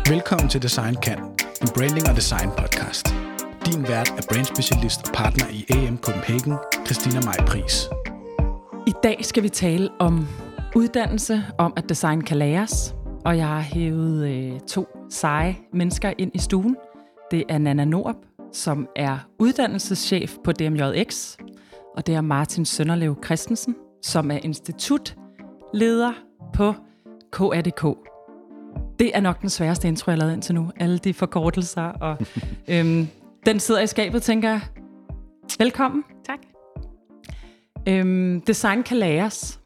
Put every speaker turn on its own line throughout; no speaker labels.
Velkommen til Design Kan, en branding og design podcast. Din vært er brandspecialist og partner i AM Copenhagen, Christina Maj Pris.
I dag skal vi tale om uddannelse, om at design kan læres. Og jeg har hævet to seje mennesker ind i stuen. Det er Nanna Norup, som er uddannelseschef på DMJX. Og det er Martin Sønderlev Christensen, som er institutleder på KADK. Det er nok den sværeste intro, jeg har lavet indtil nu. Alle de forkortelser. Og, den sidder i skabet, tænker jeg. Velkommen.
Tak.
Design kan læres.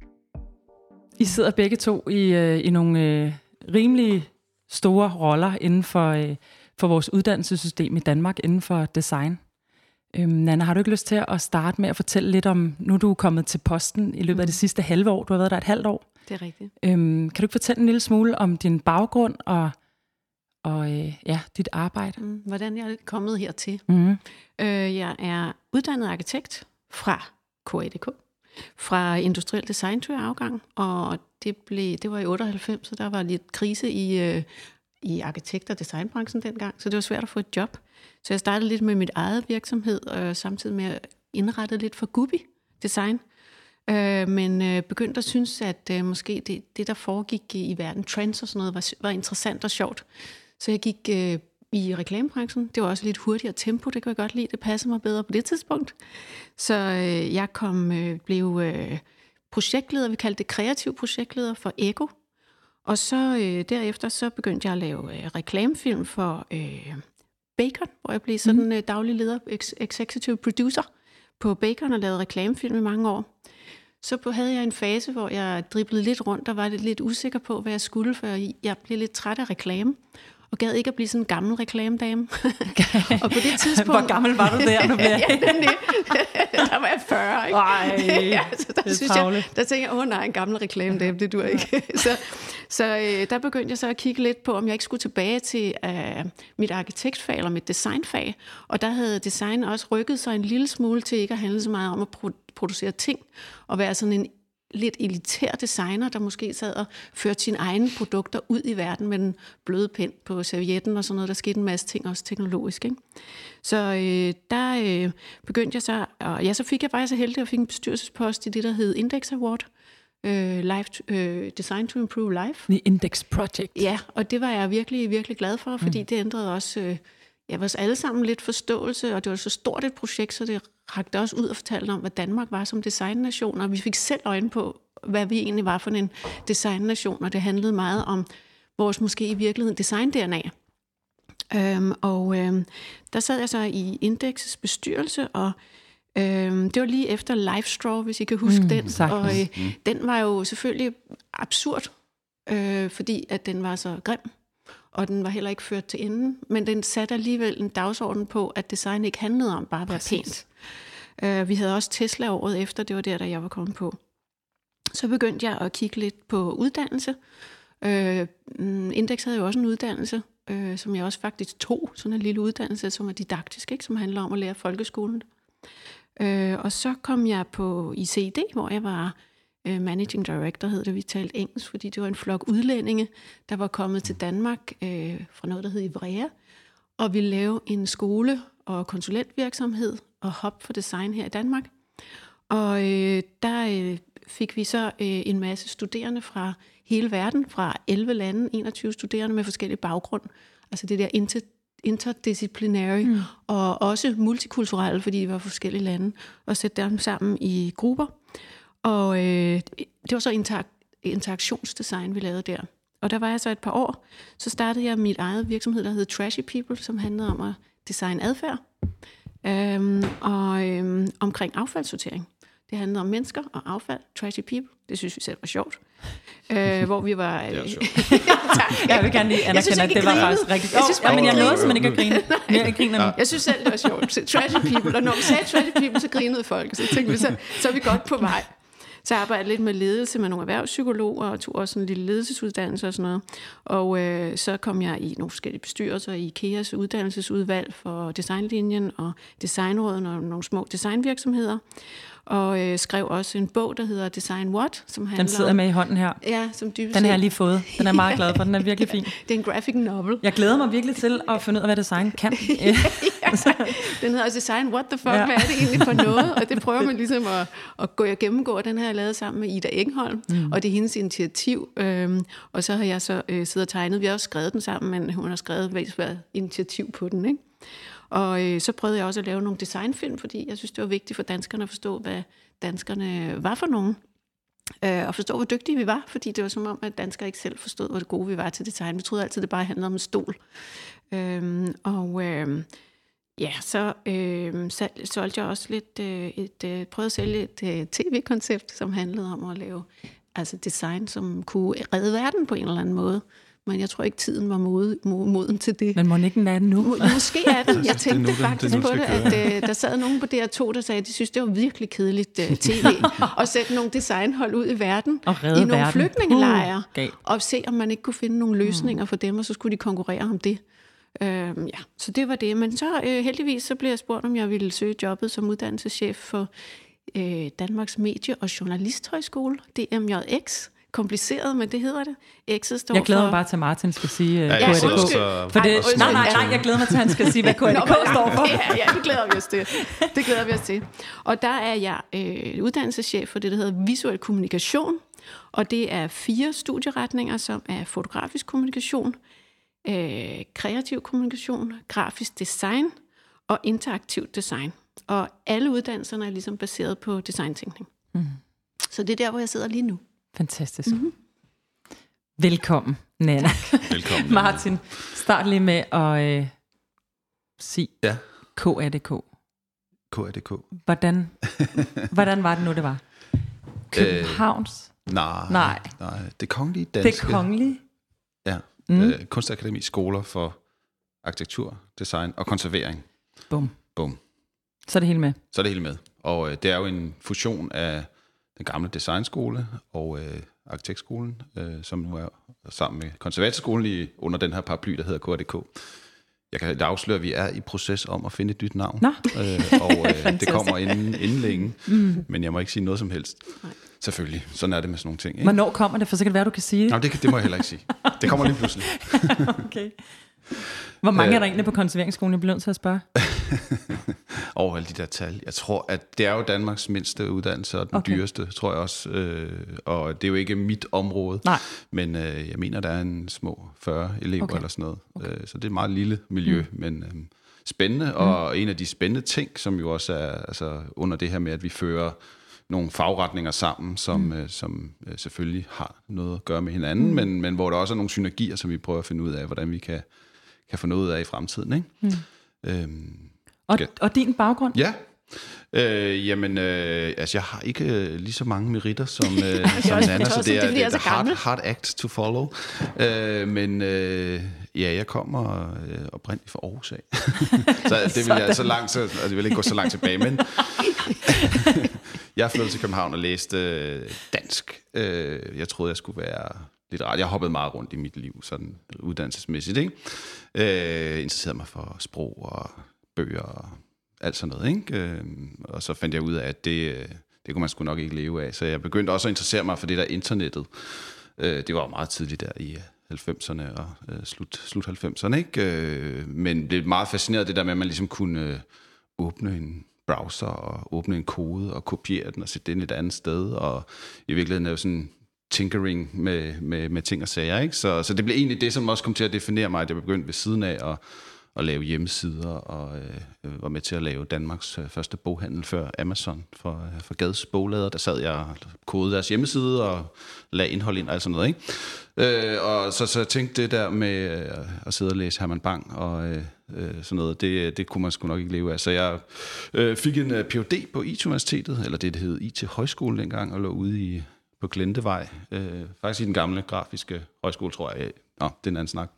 I sidder begge to i nogle rimelig store roller inden for vores uddannelsessystem i Danmark inden for design. Nanna, har du ikke lyst til at starte med at fortælle lidt om, nu du er kommet til posten i løbet af det sidste halve år, du har været der et halvt år.
Det er rigtigt.
Kan du ikke fortælle en lille smule om din baggrund og dit arbejde?
Hvordan jeg er kommet hertil?
Mm.
Jeg er uddannet arkitekt fra KADK, fra industriel design til afgang, og det var i 98, så der var lidt krise i arkitekt- og designbranchen dengang, så det var svært at få et job. Så jeg startede lidt med mit eget virksomhed, og samtidig med at indrette lidt for Gubi Design. Men begyndte at synes, at måske det, der foregik i verden, trends og sådan noget, var interessant og sjovt. Så jeg gik i reklamebranchen. Det var også lidt hurtigere tempo, det kunne jeg godt lide. Det passede mig bedre på det tidspunkt. Så jeg blev projektleder, vi kaldte det kreativ projektleder for Ego. Og så derefter så begyndte jeg at lave reklamefilm for Bacon, hvor jeg blev sådan daglig leder, executive producer på Bacon og lavede reklamefilm i mange år. Så havde jeg en fase, hvor jeg driblede lidt rundt og var lidt usikker på, hvad jeg skulle, for jeg blev lidt træt af reklame, og gad ikke at blive sådan en gammel reklamedame. Og på det tidspunkt...
Hvor gammel var du der, nu bliver jeg?
Der var jeg 40, ikke?
Ej,
ja, så der tænkte jeg, nej, en gammel reklamedame, det dur ikke. Så der begyndte jeg så at kigge lidt på, om jeg ikke skulle tilbage til mit arkitektfag eller mit designfag. Og der havde design også rykket sig en lille smule til ikke at handle så meget om at producere ting, og være sådan en lidt elitær designer, der måske sad og førte sine egne produkter ud i verden med en bløde pen på servietten og sådan noget. Der skete en masse ting, også teknologisk, ikke? Så der begyndte jeg så, og så fik jeg faktisk så heldig, at jeg fik en bestyrelsespost i det, der hed Index Award. Design to Improve Life.
The Index Project.
Ja, og det var jeg virkelig, virkelig glad for, fordi det ændrede også vores alle sammen lidt forståelse, og det var så stort et projekt, så det rakte også ud og fortalte om, hvad Danmark var som designnation, og vi fik selv øjne på, hvad vi egentlig var for en designnation, og det handlede meget om vores måske i virkeligheden design-DNA. Der sad jeg så i Index's bestyrelse, og det var lige efter Livestraw, hvis I kan huske den. Og den var jo selvfølgelig absurd, fordi at den var så grim, og den var heller ikke ført til enden, men den satte alligevel en dagsorden på, at design ikke handlede om bare at være pænt. Vi havde også Tesla året efter, det var der jeg var kommet på. Så begyndte jeg at kigge lidt på uddannelse. Index havde jo også en uddannelse, som jeg også faktisk tog, sådan en lille uddannelse, som er didaktisk, ikke? Som handler om at lære folkeskolen. Og så kom jeg på ICD, hvor jeg var managing director, hed det, vi talte engelsk, fordi det var en flok udlændinge, der var kommet til Danmark fra noget, der hed Ivrea, og ville lave en skole- og konsulentvirksomhed og hop for design her i Danmark. Og der fik vi så en masse studerende fra hele verden, fra 11 lande, 21 studerende med forskellige baggrund. Altså det der interdisciplinary og også multikulturelle, fordi vi var forskellige lande, og sætte dem sammen i grupper. Og det var så interaktionsdesign, vi lavede der. Og der var jeg så et par år. Så startede jeg mit eget virksomhed, der hed Trashy People, som handlede om at designe adfærd. Omkring affaldssortering. Det handlede om mennesker og affald, Trashy People. Det synes vi selv var sjovt. Hvor vi var...
Jeg vil gerne lige anerkende, at det var faktisk rigtigt. Men jeg nåede simpelthen ikke at grine.
Jeg synes selv, det var sjovt. Trashy People. Og når vi sagde Trashy People, så grinede folk. Så tænkte vi, så er vi godt på vej. Så jeg arbejdede lidt med ledelse med nogle erhvervspsykologer, og tog også en lille ledelsesuddannelse og sådan noget. Og så kom jeg i nogle forskellige bestyrelser i IKEAs uddannelsesudvalg for designlinjen og designråden og nogle små designvirksomheder. Og skrev også en bog, der hedder Design What, som handler
Den sidder med i hånden her.
Ja, som dybest
Den har jeg lige fået. Den er meget glad for. Den er virkelig fin.
Det er en graphic novel.
Jeg glæder mig virkelig til at finde ud af, hvad design kan.
Ja, den hedder også Design What the fuck, hvad er det egentlig for noget? Og det prøver man ligesom at gennemgå. Den har jeg lavet sammen med Ida Engholm, og det er hendes initiativ. Og så har jeg så siddet og tegnet. Vi har også skrevet den sammen, men hun har skrevet hver initiativ på den, ikke? Og så prøvede jeg også at lave nogle designfilm, fordi jeg synes, det var vigtigt for danskerne at forstå, hvad danskerne var for nogen. Og forstå, hvor dygtige vi var, fordi det var som om, at danskere ikke selv forstod, hvor gode vi var til design. Vi troede altid, det bare handlede om en stol. Så solgte jeg også lidt prøvede at sælge et tv-koncept, som handlede om at lave design, som kunne redde verden på en eller anden måde. Men jeg tror ikke, tiden var moden til det.
Men må ikke den være nu?
Måske er den. Jeg tænkte faktisk på det, at der sad nogen på DR2, der sagde, at de synes, det var virkelig kedeligt tv at sætte nogle designhold ud i verden, i nogle flygtningelejre, og se, om man ikke kunne finde nogle løsninger for dem, og så skulle de konkurrere om det. Så det var det. Men så heldigvis så blev jeg spurgt, om jeg ville søge jobbet som uddannelseschef for Danmarks Medie- og Journalisthøjskole, DMJX. Kompliceret, men det hedder det. X'et står
jeg glæder
for...
mig bare til, at Martin skal sige KDK.
Nej,
jeg glæder mig til, at han skal sige, hvad KDK står for.
Ja, det glæder vi os til. Det glæder vi os til. Og der er jeg uddannelseschef for det, der hedder visuel kommunikation. Og det er 4 studieretninger, som er fotografisk kommunikation, kreativ kommunikation, grafisk design og interaktiv design. Og alle uddannelserne er ligesom baseret på designtænkning. Så det er der, hvor jeg sidder lige nu.
Fantastisk. Velkommen, Nanna.
Velkommen.
Martin, start lige med at sige KADK.
KADK.
Hvordan var det nu, det var? Københavns?
Nej. Det kongelige danske.
Det kongelige?
Ja. Kunstakademi skoler for arkitektur, design og konservering.
Bum.
Så
er det hele med?
Så er det hele med. Og det er jo en fusion af den gamle designskole og arkitektskolen, som nu er sammen med konservatorskolen under den her paraply, der hedder KADK. Jeg kan afsløre, at vi er i proces om at finde et nyt navn. Det kommer inden længe, men jeg må ikke sige noget som helst. Nej. Selvfølgelig, sådan er det med sådan nogle ting. Ikke?
Hvornår kommer det? For så kan det være, du kan sige det.
Nej, det må jeg heller ikke sige. Det kommer lige pludselig.
Okay. Hvor mange er der egentlig på konserveringsskolen? Jeg bliver nødt til at spørge.
Over alle de der tal. Jeg tror, at det er jo Danmarks mindste uddannelse, og den dyreste, tror jeg også. Og det er jo ikke mit område. Nej. Men jeg mener, der er en små 40 elever eller sådan noget. Okay. Så det er et meget lille miljø, men spændende. Og en af de spændende ting, som jo også er under det her med, at vi fører nogle fagretninger sammen, som selvfølgelig har noget at gøre med hinanden, men hvor der også er nogle synergier, som vi prøver at finde ud af, hvordan vi kan få noget ud af i fremtiden. Ikke?
Og din baggrund?
Ja. Jeg har ikke lige så mange meritter som Nanna, så det er hard act to follow. Jeg kommer oprindeligt fra Aarhus af. Så det vil jeg vil ikke gå så langt tilbage, men jeg flyttede til København og læste dansk. Jeg troede, jeg skulle være litterat. Jeg hoppede meget rundt i mit liv, sådan uddannelsesmæssigt, ikke? Interesserede mig for sprog og bøger og alt sådan noget, ikke? Og så fandt jeg ud af, at det kunne man sgu nok ikke leve af. Så jeg begyndte også at interessere mig for det der internettet. Det var jo meget tidligt der i 90'erne og slut 90'erne, ikke? Men blev meget fascineret af det der med, at man ligesom kunne åbne en browser og åbne en kode og kopiere den og sætte den et andet sted. Og i virkeligheden er jo sådan tinkering med ting og sager, ikke? Så det blev egentlig det, som også kom til at definere mig, at jeg begyndte ved siden af at lave hjemmesider og var med til at lave Danmarks første boghandel før Amazon for Gads Boglader. Der sad jeg og kodede deres hjemmeside og lagde indhold ind og alt sådan noget, ikke? Og så jeg tænkte det der med at sidde og læse Herman Bang og sådan noget, det kunne man sgu nok ikke leve af. Så jeg fik en Ph.D. på IT-universitetet, eller det hed IT-højskole dengang, og lå ude på Glentevej, faktisk i den gamle grafiske højskole, tror jeg. Det er en anden snak.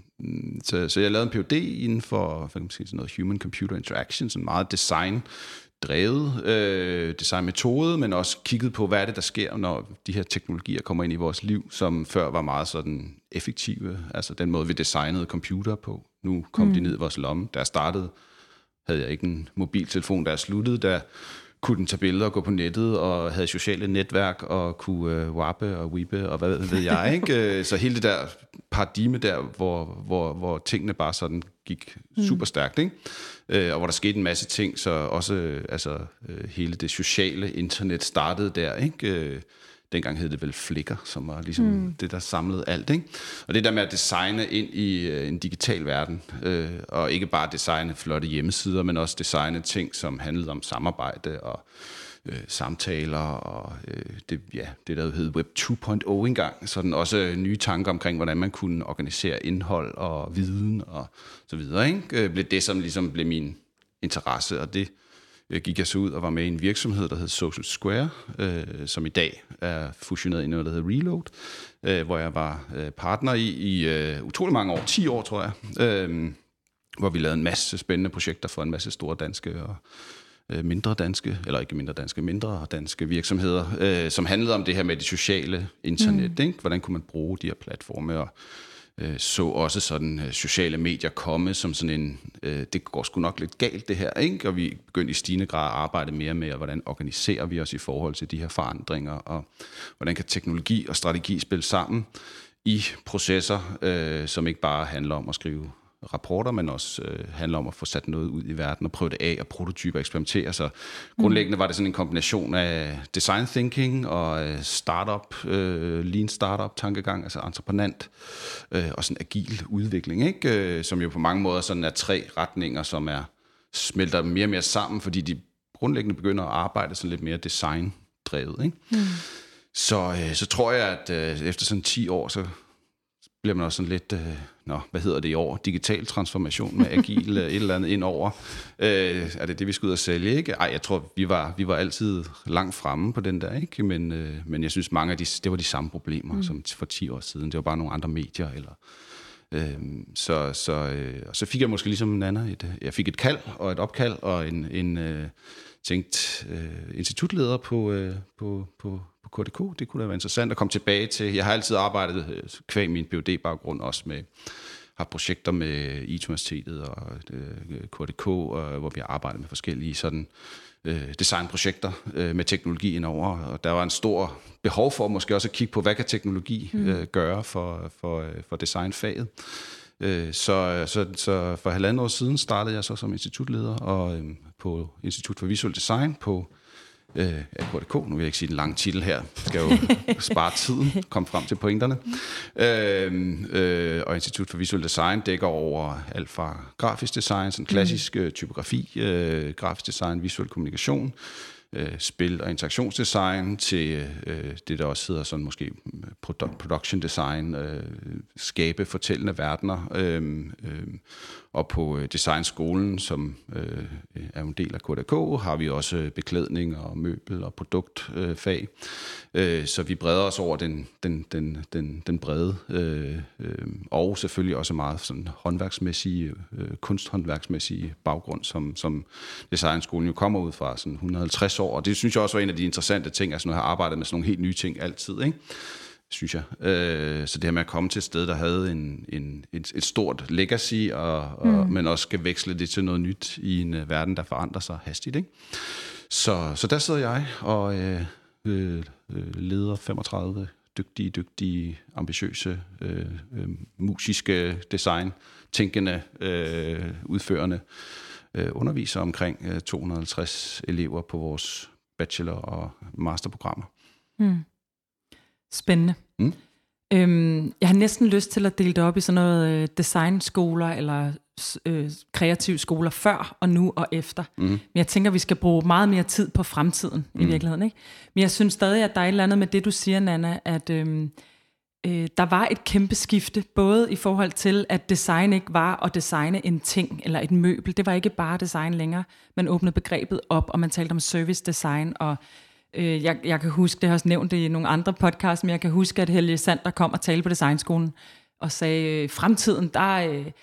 Så jeg lavede en Ph.D. inden for sådan noget human-computer interaction, sådan meget design drevet designmetode, men også kigget på, hvad er det, der sker, når de her teknologier kommer ind i vores liv, som før var meget sådan effektive. Altså den måde, vi designede computer på. Nu kom de ned i vores lomme. Da jeg startede, havde jeg ikke en mobiltelefon. Da jeg sluttede, der kunne den tage billeder og gå på nettet, og havde sociale netværk, og kunne wappe og weepe, og hvad ved jeg, ikke? Så hele det der paradigme der, hvor tingene bare sådan gik super stærkt, ikke? Og hvor der skete en masse ting, så også hele det sociale internet startede der, ikke? Dengang hed det vel Flickr, som var ligesom det, der samlede alt, ikke? Og det der med at designe ind i en digital verden, og ikke bare designe flotte hjemmesider, men også designe ting, som handlede om samarbejde og samtaler, og det der hed Web 2.0 engang, sådan også nye tanker omkring, hvordan man kunne organisere indhold og viden og så videre, ikke? Blev det, som ligesom blev min interesse, og det gik jeg så ud og var med i en virksomhed, der hed Social Square, som i dag er fusioneret i noget, der hedder Reload, hvor jeg var partner i utrolig mange år, 10 år tror jeg, hvor vi lavede en masse spændende projekter for en masse store danske og mindre danske virksomheder, som handlede om det her med det sociale internet, ikke? Hvordan kunne man bruge de her platforme, og så også sådan sociale medier komme som sådan en, det går sgu nok lidt galt det her, ikke? Og vi begyndte i stigende grad at arbejde mere med, hvordan organiserer vi os i forhold til de her forandringer, og hvordan kan teknologi og strategi spille sammen i processer, som ikke bare handler om at skrive rapporter, men også handler om at få sat noget ud i verden og prøve det af og prototyper og eksperimentere. Så grundlæggende var det sådan en kombination af design thinking og lean startup tankegang, altså entreprenant og sådan agil udvikling, ikke? Som jo på mange måder sådan er 3 retninger, som smelter mere og mere sammen, fordi de grundlæggende begynder at arbejde sådan lidt mere design-drevet, ikke? Så tror jeg, at efter sådan 10 år, så bliver man også sådan lidt, hvad hedder det i år? Digital transformation med agil et eller andet indover. Er det, vi skal ud og sælge, ikke? Ej, jeg tror, vi var altid langt fremme på den der, ikke? Men jeg synes, mange af det var de samme problemer som for 10 år siden. Det var bare nogle andre medier, eller så fik jeg måske ligesom Nana, jeg fik et kald og et opkald, og en tænkt institutleder på KDK. Det kunne da være interessant at komme tilbage til. Jeg har altid arbejdet kvæg min PhD-baggrund også med, har projekter med IT-universitetet og KDK, hvor vi har arbejdet med forskellige sådan designprojekter med teknologi indover. Og der var en stor behov for måske også at kigge på, hvad kan teknologi gøre for designfaget. Så for 1,5 år siden startede jeg så som institutleder og på Institut for Visuel Design på KDK. Nu vil jeg ikke sige den lange titel her. Jeg skal jo spare tiden, komme frem til pointerne. Og Institut for Visuel Design dækker over alt fra grafisk design, sådan klassisk typografi, grafisk design, visuel kommunikation, spil- og interaktionsdesign til det, der også hedder sådan måske production design, skabe fortællende verdener. Og på designskolen, som er en del af KDK, har vi også beklædning og møbel og produktfag. Så vi breder os over den brede, og selvfølgelig også meget sådan håndværksmæssige, kunsthåndværksmæssige baggrund, som designskolen jo kommer ud fra, sådan 150 år. Og det synes jeg også var en af de interessante ting, altså nu har jeg arbejdet med sådan nogle helt nye ting altid, ikke? Synes jeg. Så det her med at komme til et sted, der havde et stort legacy, men også skal veksle det til noget nyt i en verden, der forandrer sig hastigt, ikke? Så der sidder jeg og leder 35 dygtige, ambitiøse, musiske, design-tænkende, udførende underviser omkring 250 elever på vores bachelor- og masterprogrammer.
Spændende. Jeg har næsten lyst til at dele det op i sådan noget designskoler eller kreative skoler før og nu og efter. Men jeg tænker, vi skal bruge meget mere tid på fremtiden i virkeligheden, ikke? Men jeg synes stadig, at der er et eller andet med det, du siger, Nana, at der var et kæmpe skifte, både i forhold til, at design ikke var at designe en ting eller et møbel. Det var ikke bare design længere. Man åbnede begrebet op, og man talte om service design, og jeg kan huske, det har også nævnt det i nogle andre podcasts, men jeg kan huske, at Helge Sander kom og talte på designskolen og sagde, fremtiden, der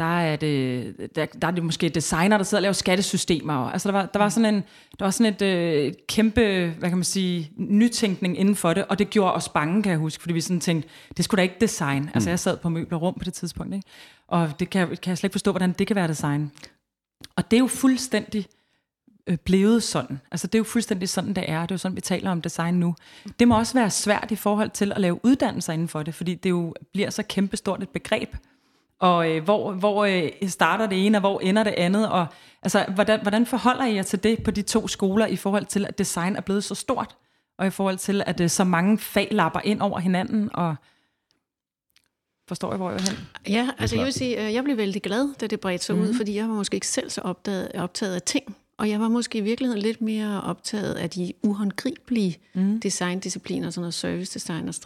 der er det måske designer, der sidder og laver skattesystemer. Altså der var sådan et kæmpe, hvad kan man sige, nytænkning inden for det, og det gjorde os bange, kan jeg huske, fordi vi sådan tænkte, det skulle da ikke design. Altså jeg sad på Møbler Rum på det tidspunkt, ikke? Og det kan jeg slet ikke forstå, hvordan det kan være design. Og det er jo fuldstændig blevet sådan. Altså det er jo fuldstændig sådan, det er. Det er jo sådan, vi taler om design nu. Det må også være svært i forhold til at lave uddannelser inden for det, fordi det jo bliver så kæmpestort et begreb. Og hvor starter det ene, og hvor ender det andet? Og altså, hvordan forholder I jer til det på de 2 skoler, i forhold til, at design er blevet så stort, og i forhold til, at så mange fag lapper ind over hinanden, og forstår I, hvor jeg er hen?
Ja, altså jeg vil sige, jeg blev vældig glad, da det bredte sig ud, fordi jeg var måske ikke selv så optaget af ting, og jeg var måske i virkeligheden lidt mere optaget af de uhåndgribelige designdiscipliner, sådan noget service design og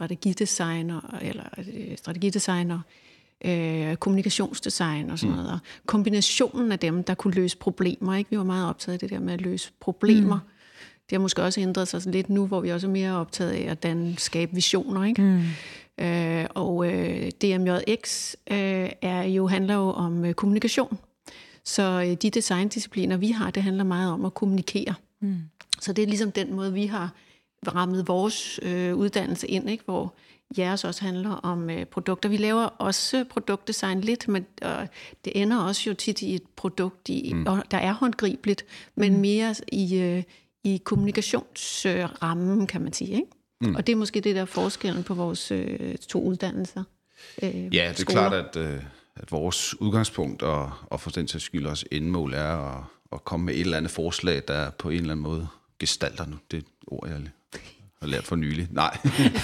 strategidesigner, kommunikationsdesign og sådan noget. Og kombinationen af dem, der kunne løse problemer. Ikke? Vi var meget optaget af det der med at løse problemer. Det har måske også ændret sig lidt nu, hvor vi også er mere optaget af at skabe visioner. Ikke? Og DMJX handler jo om kommunikation. Så de designdiscipliner, vi har, det handler meget om at kommunikere. Så det er ligesom den måde, vi har rammet vores uddannelse ind, ikke? Hvor jeres også handler om produkter. Vi laver også produktdesign lidt, men det ender også jo tit i et produkt, der er håndgribeligt, men mere i kommunikationsrammen, kan man sige. Ikke? Og det er måske det der forskellen på vores 2 uddannelser.
Ja, det er
skoler.
klart, at vores udgangspunkt og for den sags skyld også endemål er at komme med et eller andet forslag, der på en eller anden måde gestalter nu. Det er et ord, jeg har lært for nylig. Nej.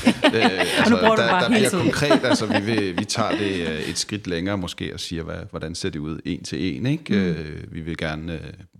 Der bliver konkret. Altså, vi tager det et skridt længere måske og siger, hvordan ser det ud en til en. Ikke? Vi vil gerne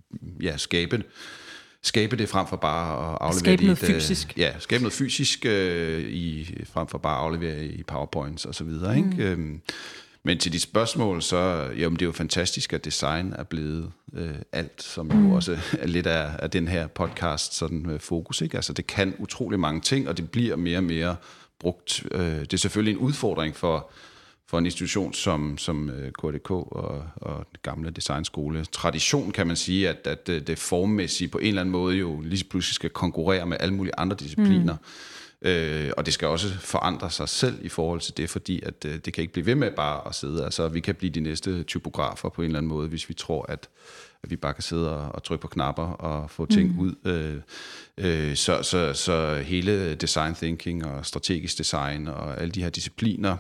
skabe det frem for bare at aflevere
skabe noget fysisk.
Skabe noget fysisk frem for bare at aflevere i PowerPoints og så videre. Ikke? Men til dit spørgsmål, så det er jo fantastisk, at design er blevet alt, som jo også er lidt af den her podcast sådan fokus. Ikke? Altså det kan utrolig mange ting, og det bliver mere og mere brugt. Det er selvfølgelig en udfordring for en institution som KDK og den gamle designskole. Tradition kan man sige, at det formmæssige på en eller anden måde jo lige pludselig skal konkurrere med alle mulige andre discipliner. Og det skal også forandre sig selv i forhold til det, fordi at det kan ikke blive ved med bare at sidde. Altså vi kan blive de næste typografer på en eller anden måde, hvis vi tror, at vi bare kan sidde og trykke på knapper og få ting ud. Så hele design thinking og strategisk design og alle de her discipliner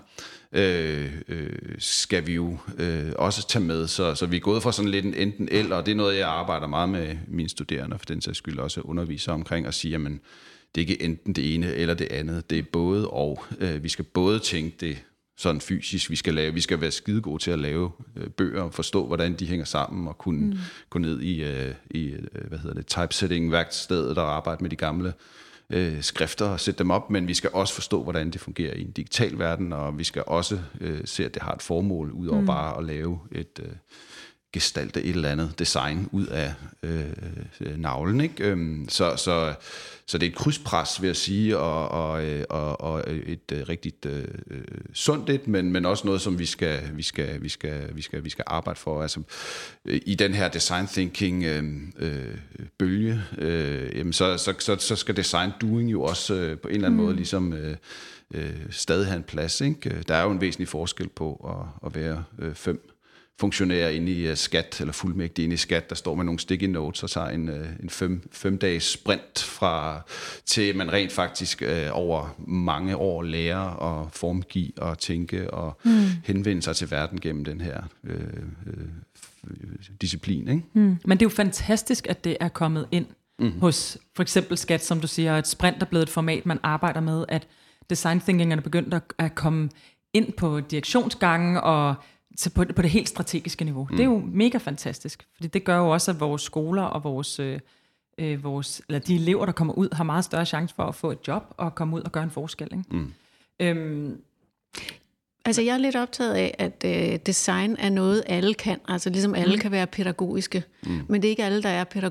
skal vi jo også tage med. Så vi er gået fra sådan lidt en enten eller, og det er noget, jeg arbejder meget med mine studerende, for den sags skyld også underviser omkring, og sige, jamen det er ikke enten det ene eller det andet. Det er både og. Vi skal både tænke det sådan fysisk. Vi skal være skide gode til at lave bøger og forstå, hvordan de hænger sammen og kunne gå ned i typesetting-værkstedet og arbejde med de gamle skrifter og sætte dem op. Men vi skal også forstå, hvordan det fungerer i en digital verden, og vi skal også se, at det har et formål, ud over bare at lave gestalte et eller andet design ud af navlen, ikke? Så det er et krydspres, vil jeg sige, og et rigtigt sundt et, men også noget, som vi skal arbejde for. Altså i den her design thinking bølge, så skal design doing jo også på en eller anden måde ligesom stadig have en plads, ikke? Der er jo en væsentlig forskel på at være 5 funktionærer inde i skat, eller fuldmægtig inde i skat, der står med nogle sticky notes og tager en 5-dages sprint til man rent faktisk over mange år lærer at formgive og tænke og henvende sig til verden gennem den her disciplin. Ikke?
Men det er jo fantastisk, at det er kommet ind hos for eksempel skat, som du siger, at sprint er blevet et format, man arbejder med, at design thinking er begyndt at komme ind på direktionsgangen og på det helt strategiske niveau. Det er jo mega fantastisk, fordi det gør jo også, at vores skoler og eller de elever, der kommer ud, har meget større chance for at få et job og komme ud og gøre en forskel. Ikke?
Altså jeg er lidt optaget af, at design er noget, alle kan. Altså ligesom alle kan være pædagogiske, men det er ikke alle, der er pædagoger.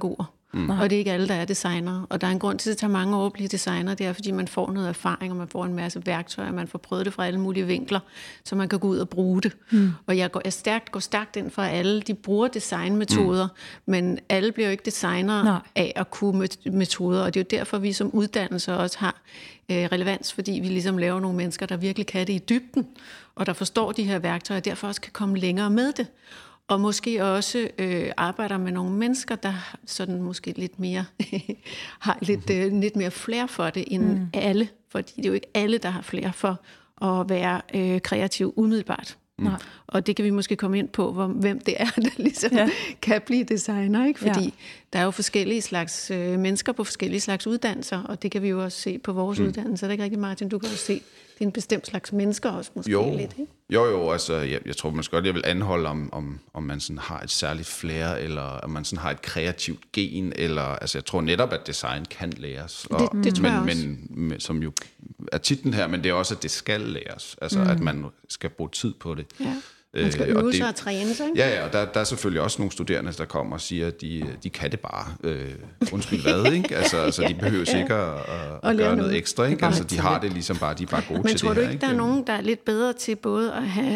Og det er ikke alle, der er designere. Og der er en grund til, at det tager mange år at blive designer. Det er, fordi man får noget erfaring, og man får en masse værktøjer, man får prøvet det fra alle mulige vinkler, så man kan gå ud og bruge det. Og jeg går stærkt ind for, at alle de bruger designmetoder, men alle bliver jo ikke designere af at kunne metoder. Og det er jo derfor, vi som uddannelser også har relevans, fordi vi ligesom laver nogle mennesker, der virkelig kan det i dybden, og der forstår de her værktøjer, og derfor også kan komme længere med det. Og måske også arbejder med nogle mennesker, der sådan måske lidt mere har lidt mere flair for det end alle. Fordi det er jo ikke alle, der har flair for at være kreativ umiddelbart. Og det kan vi måske komme ind på, hvem det er, der ligesom kan blive designer. Ikke? Fordi der er jo forskellige slags mennesker på forskellige slags uddannelser, og det kan vi jo også se på vores uddannelser. Er det ikke rigtigt, Martin? Du kan også se, det er en bestemt slags mennesker også måske lidt. Ikke?
Jo, altså jeg tror måske godt, jeg vil anholde, om man sådan har et særligt flair, eller om man sådan har et kreativt gen, eller altså jeg tror netop, at design kan læres.
Det tror jeg også.
Men som jo er titlen her, men det er også, at det skal læres. Altså at man skal bruge tid på det.
Ja. Man skal øve sig og træne sig, ikke?
Ja, og der er selvfølgelig også nogle studerende, der kommer og siger, at de kan det bare. Undskyld hvad, ikke? Altså de behøver ikke at gøre noget ekstra, ikke? Altså de har det ligesom bare, de er bare gode til det her.
Men tror du ikke, der er nogen, der er lidt bedre til både at have,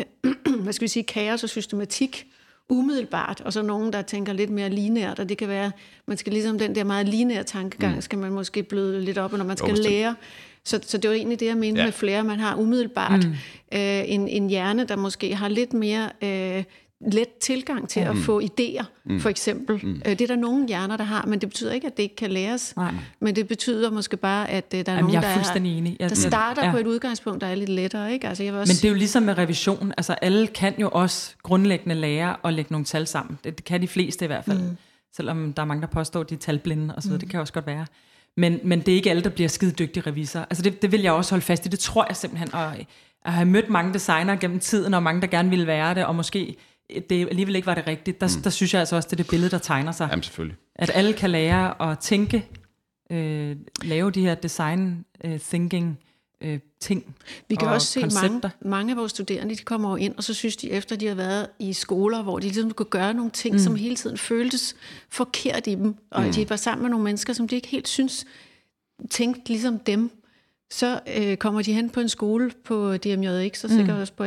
kaos og systematik umiddelbart, og så nogen, der tænker lidt mere lineært, og det kan være, man skal ligesom den der meget lineære tankegang, skal man måske bløde lidt op, når man skal lære. Så det var egentlig det, jeg mente med flere. Man har umiddelbart en hjerne, der måske har lidt mere let tilgang til at få idéer, for eksempel. Det er der nogle hjerner, der har, men det betyder ikke, at det ikke kan læres. Men det betyder måske bare, at der er nogen, der starter på et udgangspunkt, der er lidt lettere. Ikke? Altså, men
det er jo ligesom med revision. Altså, alle kan jo også grundlæggende lære at lægge nogle tal sammen. Det kan de fleste i hvert fald. Selvom der er mange, der påstår, at de er talblinde og så videre. Det kan også godt være. Men det er ikke alle, der bliver skide dygtige revisor. Altså det vil jeg også holde fast i. Det tror jeg simpelthen. Og jeg har mødt mange designere gennem tiden, og mange, der gerne ville være det, og måske det alligevel ikke var det rigtigt. Der synes jeg altså også, det er det billede, der tegner sig.
Jamen selvfølgelig.
At alle kan lære at tænke, lave de her design thinking ting.
Vi kan også
koncepter.
Se mange af vores studerende, de kommer jo ind, og så synes de, efter de har været i skoler, hvor de ligesom kunne gøre nogle ting, som hele tiden føltes forkert i dem, og de var sammen med nogle mennesker, som de ikke helt synes tænkte ligesom dem, så kommer de hen på en skole på DMJX, og sikkert også på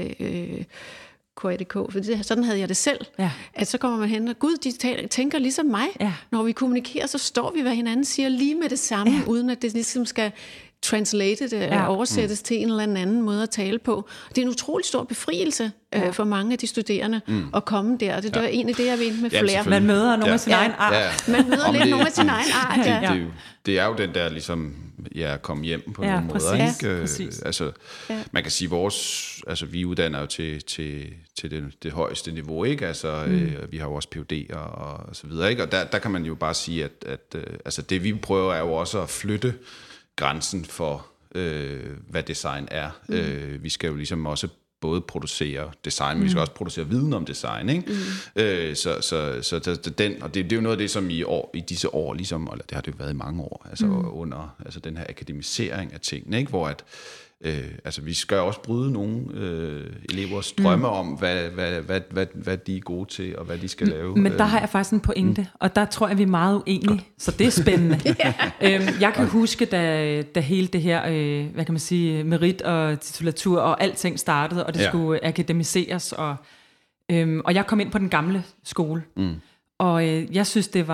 KADK, for sådan havde jeg det selv, at så kommer man hen, og gud, de tænker ligesom mig. Når vi kommunikerer, så står vi, hvad hinanden siger, lige med det samme, uden at det ligesom skal translated eller oversættes til en eller anden måde at tale på. Det er en utrolig stor befrielse for mange af de studerende at komme der. Det var egentlig det, jeg mente med flere.
Man møder nogle af sin egen art.
Man møder lidt nogle af sin egen art.
Det er jo den der ligesom, komme hjem på nogle måder. Ikke? Altså, man kan sige, vi uddanner jo til det højeste niveau, ikke? Altså, vi har jo også PhD'er og så videre, ikke? Og der kan man jo bare sige, at altså, det vi prøver er jo også at flytte grænsen for, hvad design er. Vi skal jo ligesom også både producere design, men vi skal også producere viden om design, ikke? Så den, og det er jo noget af det, som i disse år, ligesom, eller det har det jo været i mange år, altså under den her akademisering af tingene, ikke? Hvor at vi skal også bryde nogle elevers drømme om, hvad de er gode til, og hvad de skal lave.
Men der har jeg faktisk en pointe, og der tror jeg, vi er meget uenige, så det er spændende. Jeg kan huske, da hele det her, hvad kan man sige, merit og titulatur og alting startede, og det skulle akademiseres, og jeg kom ind på den gamle skole, og jeg synes, det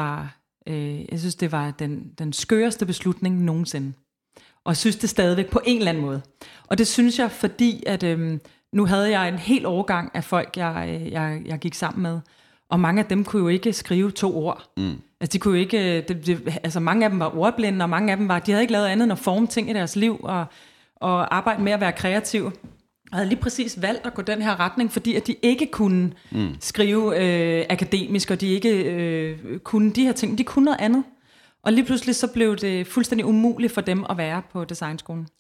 var den skøreste beslutning nogensinde. Og jeg synes det stadigvæk på en eller anden måde. Og det synes jeg, fordi at nu havde jeg en hel årgang af folk, jeg gik sammen med. Og mange af dem kunne jo ikke skrive 2 ord. Altså de kunne jo ikke, altså mange af dem var ordblinde, og mange af dem de havde ikke lavet andet end at forme ting i deres liv, og arbejde med at være kreativ. Og havde lige præcis valgt at gå den her retning, fordi at de ikke kunne skrive akademisk, og de ikke kunne de her ting. De kunne noget andet. Og lige pludselig så blev det fuldstændig umuligt for dem at være på designskolen.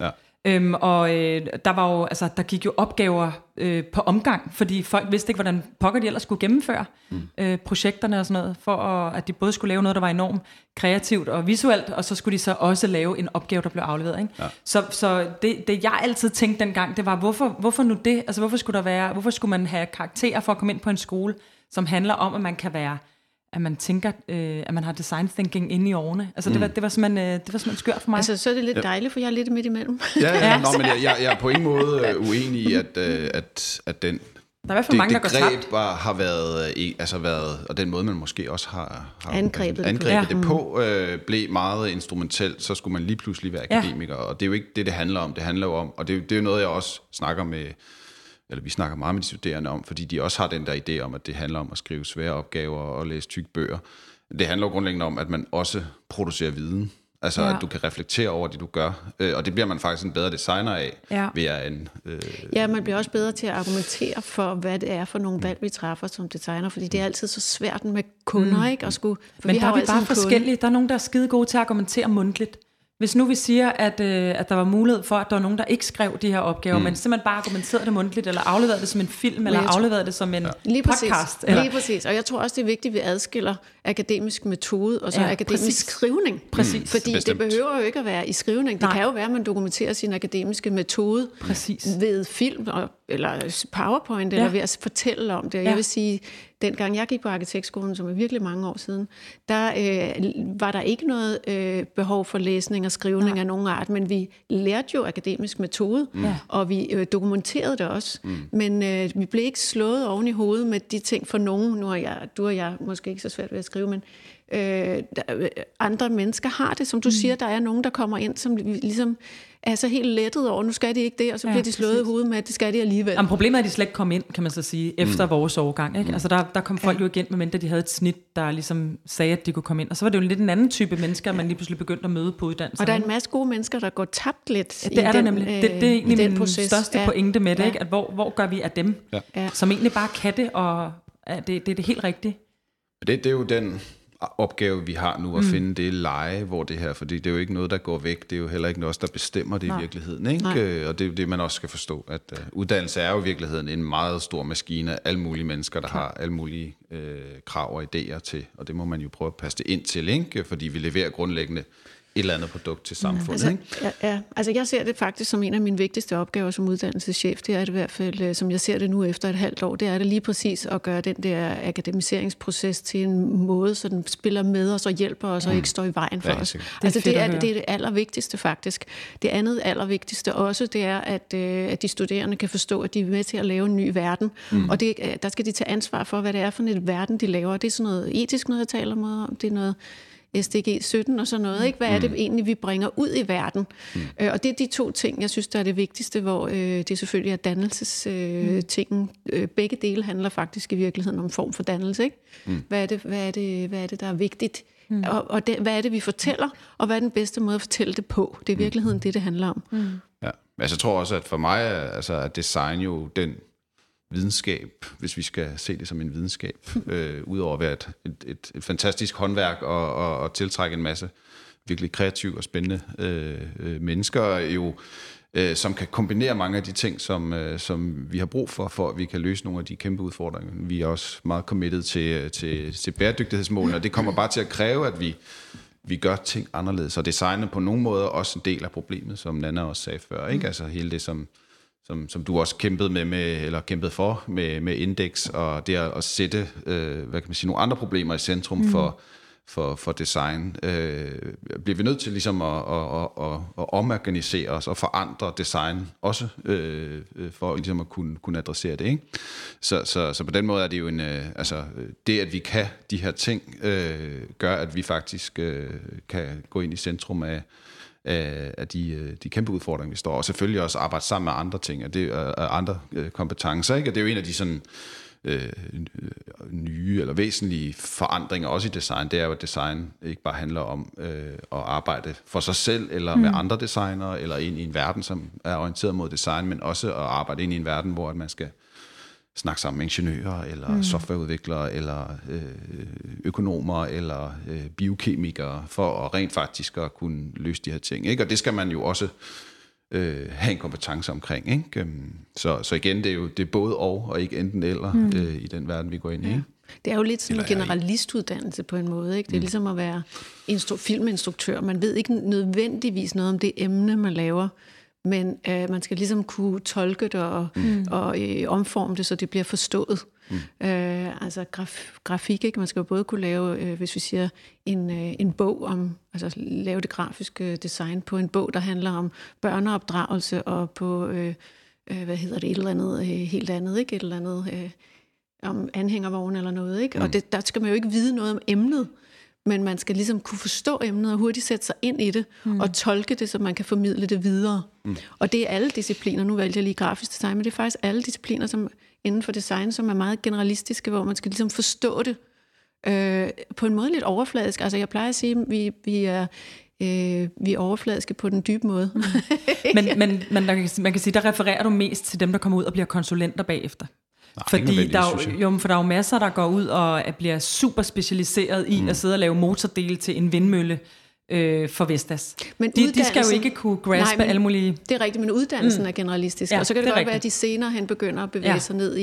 Der var jo, altså der gik jo opgaver på omgang, fordi folk vidste ikke, hvordan pokker de ellers skulle gennemføre projekterne og sådan noget, for at de både skulle lave noget, der var enormt kreativt og visuelt, og så skulle de så også lave en opgave, der blev afleveret. Ikke? Så det jeg altid tænkte dengang, det var, hvorfor nu det? Altså hvorfor skulle man have karakterer for at komme ind på en skole, som handler om, at man kan være at man tænker, at man har design thinking inde i årene. Altså det var simpelthen skørt for mig.
Altså så er det lidt dejligt, for jeg er lidt midt imellem.
Ja. Nå, men jeg er på ingen måde uenig i, at den...
Der er i hvert fald mange, der går tabt.
Har været, og den måde, man måske også har
angrebet
det på, blev meget instrumentelt, så skulle man lige pludselig være akademiker, og det er jo ikke det handler om. Det handler jo om, og det er jo noget, jeg også snakker med, eller vi snakker meget med de studerende om, fordi de også har den der idé om, at det handler om at skrive svære opgaver og læse tykke bøger. Det handler jo grundlæggende om, at man også producerer viden. Altså, at du kan reflektere over det, du gør. Og det bliver man faktisk en bedre designer af, ved at
Ja, man bliver også bedre til at argumentere for, hvad det er for nogle valg, vi træffer som designer, fordi det er altid så svært med kunder, ikke? At skulle,
men der er vi bare forskellige. Der er nogen, der er skide gode til at argumentere mundtligt. Hvis nu vi siger, at der var mulighed for, at der var nogen, der ikke skrev de her opgaver, men simpelthen bare argumenterede det mundtligt, eller afleverede det som en film, eller afleverede det som en podcast.
Lige præcis. Og jeg tror også, det er vigtigt, at vi adskiller akademisk metode og så akademisk skrivning.
Præcis.
Fordi det behøver jo ikke at være i skrivning. Det kan jo være, at man dokumenterer sin akademiske metode ved film, eller PowerPoint, eller ved at fortælle om det. Og jeg vil sige, dengang jeg gik på arkitektskolen, som er virkelig mange år siden, der var der ikke noget behov for læsning og skrivning af nogen art, men vi lærte jo akademisk metode, og vi dokumenterede det også. Men vi blev ikke slået oven i hovedet med de ting for nogen. Nu er du og jeg måske ikke så svært ved at skrive, men andre mennesker har det, som du siger, der er nogen, der kommer ind, som ligesom er så helt lettet over, nu skal de ikke det, og så bliver de slået i hovedet med, at det skal de alligevel.
Jamen, problemet er, at de slet ikke kom ind, kan man så sige, efter vores årgang. Ikke? Altså der kom folk jo igen, medmindre de havde et snit, der ligesom sagde, at de kunne komme ind. Og så var det jo lidt en anden type mennesker, man lige pludselig begyndte at møde på uddannelsen.
Og der er en masse gode mennesker, der går tabt lidt
det er der nemlig. Det er egentlig min største pointe med det, ikke? At hvor gør vi af dem, som egentlig bare kan det, og det er det helt rigtige. Det
er jo den opgave, vi har nu, at finde det leje, hvor det her, fordi det er jo ikke noget, der går væk, det er jo heller ikke noget, der bestemmer det i virkeligheden, ikke? Og det er det, man også skal forstå, at uddannelse er jo i virkeligheden en meget stor maskine af alle mulige mennesker, der har alle mulige krav og idéer til, og det må man jo prøve at passe det ind til, ikke? Fordi vi leverer grundlæggende et eller andet produkt til samfundet.
Altså jeg ser det faktisk som en af mine vigtigste opgaver som uddannelseschef. Det er det i hvert fald, som jeg ser det nu efter et halvt år, det er det lige præcis at gøre den der akademiseringsproces til en måde, så den spiller med os og hjælper os og ikke står i vejen for os. Altså det er det allervigtigste faktisk. Det andet allervigtigste også, det er, at de studerende kan forstå, at de er med til at lave en ny verden. Og der skal de tage ansvar for, hvad det er for en verden, de laver. Det er sådan noget etisk noget, jeg taler meget om. Det er noget SDG 17 og sådan noget, ikke? Hvad er det egentlig, vi bringer ud i verden? Og det er de to ting, jeg synes, der er det vigtigste, hvor det selvfølgelig er dannelsestingen. Begge dele handler faktisk i virkeligheden om en form for dannelse, ikke? Hvad er det, der er vigtigt? Og hvad er det, vi fortæller? Og hvad er den bedste måde at fortælle det på? Det er i virkeligheden det handler om.
Ja, altså jeg tror også, at for mig er design jo den videnskab, hvis vi skal se det som en videnskab, udover at være et fantastisk håndværk og tiltrække en masse virkelig kreative og spændende mennesker, jo, som kan kombinere mange af de ting, som vi har brug for at vi kan løse nogle af de kæmpe udfordringer. Vi er også meget committed til bæredygtighedsmålene, og det kommer bare til at kræve, at vi gør ting anderledes, og design er på nogle måder også en del af problemet, som Nanna også sagde før, ikke? Altså hele det, som du også kæmpede for med indeks, og det at sætte hvad kan man sige, nogle andre problemer i centrum for design, bliver vi nødt til ligesom at omorganisere os og forandre design også for ligesom at kunne adressere det, ikke? Så på den måde er det jo det at vi kan de her ting gør, at vi faktisk kan gå ind i centrum af de kæmpe udfordringer, vi står, og selvfølgelig også arbejde sammen med andre ting, og det er andre kompetencer, ikke? Og det er jo en af de sådan nye eller væsentlige forandringer også i design, det er jo, at design ikke bare handler om at arbejde for sig selv, eller med andre designere, eller ind i en verden, som er orienteret mod design, men også at arbejde ind i en verden, hvor man skal snakke sammen med ingeniører, eller softwareudviklere, eller økonomer, eller biokemikere, for at rent faktisk at kunne løse de her ting, ikke? Og det skal man jo også have en kompetence omkring, ikke? Så igen, det er både og ikke enten eller i den verden, vi går ind i. Ikke?
Det er jo lidt sådan en generalistuddannelse på en måde, ikke? Det er ligesom at være filminstruktør. Man ved ikke nødvendigvis noget om det emne, man laver, men man skal ligesom kunne tolke det og omforme det, så det bliver forstået. Altså grafik, ikke? Man skal jo både kunne lave, hvis vi siger, en bog om, altså lave det grafiske design på en bog, der handler om børneopdragelse, og på, et eller andet helt andet, ikke? Et eller andet om anhængervogn eller noget, ikke? Og der skal man jo ikke vide noget om emnet, men man skal ligesom kunne forstå emnet og hurtigt sætte sig ind i det, og tolke det, så man kan formidle det videre. Og det er alle discipliner, nu valgte jeg lige grafisk design, men det er faktisk alle discipliner som inden for design, som er meget generalistiske, hvor man skal ligesom forstå det på en måde lidt overfladisk. Altså jeg plejer at sige, at vi er overfladiske på den dybe måde.
Men man kan sige, der refererer du mest til dem, der kommer ud og bliver konsulenter bagefter.
Nej,
fordi der er jo masser, der går ud og bliver super specialiseret i at sidde og lave motordele til en vindmølle for Vestas. Men de skal jo ikke kunne graspe alle mulige...
Det er rigtigt, men uddannelsen er generalistisk. Ja, og så kan det godt være, at de senere hen begynder at bevæge sig ned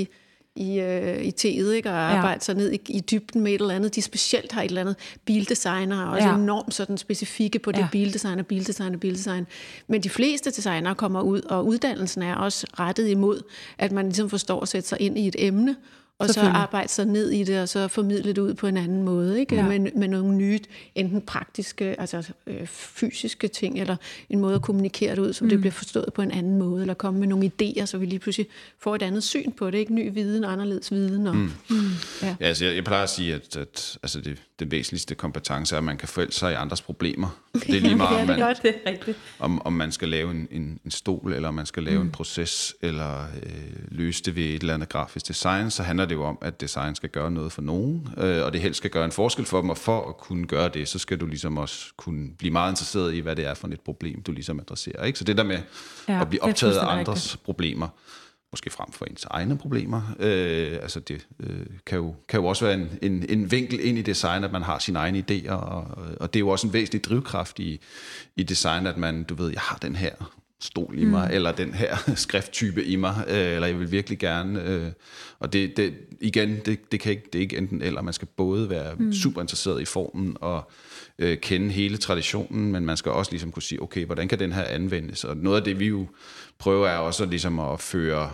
i teet, ikke? Og arbejde sig ned i dybden med et eller andet. De specielt har et eller andet bildesigner, og også enormt sådan specifikke på det bildesign. Men de fleste designere kommer ud, og uddannelsen er også rettet imod, at man ligesom forstår at sætte sig ind i et emne, og så arbejde sig ned i det, og så formidle det ud på en anden måde, ikke? Med nogle nye, enten praktiske, altså fysiske ting, eller en måde at kommunikere det ud, så det bliver forstået på en anden måde, eller komme med nogle idéer, så vi lige pludselig får et andet syn på det, ikke? Ny viden, anderledes viden. Og,
Ja, altså jeg plejer at sige, at altså det væsentligste kompetence er, at man kan forælde sig i andres problemer. Det er lige meget, om man skal lave en stol, eller om man skal lave en proces, eller løse det ved et eller andet grafisk design, så handler det jo om, at design skal gøre noget for nogen, og det helst skal gøre en forskel for dem, og for at kunne gøre det, så skal du ligesom også kunne blive meget interesseret i, hvad det er for et problem, du ligesom adresserer. Ikke? Så det der med at blive optaget af andres problemer, måske frem for ens egne problemer, altså det kan jo også være en vinkel ind i design, at man har sine egne idéer, og det er jo også en væsentlig drivkraft i design, at man, du ved, jeg har den her stol i mig, eller den her skrifttype i mig, eller jeg vil virkelig gerne, og det igen, det er ikke enten eller, man skal både være super interesseret i formen, og kende hele traditionen, men man skal også ligesom kunne sige, okay, hvordan kan den her anvendes? Og noget af det, vi jo prøver, er også ligesom at føre,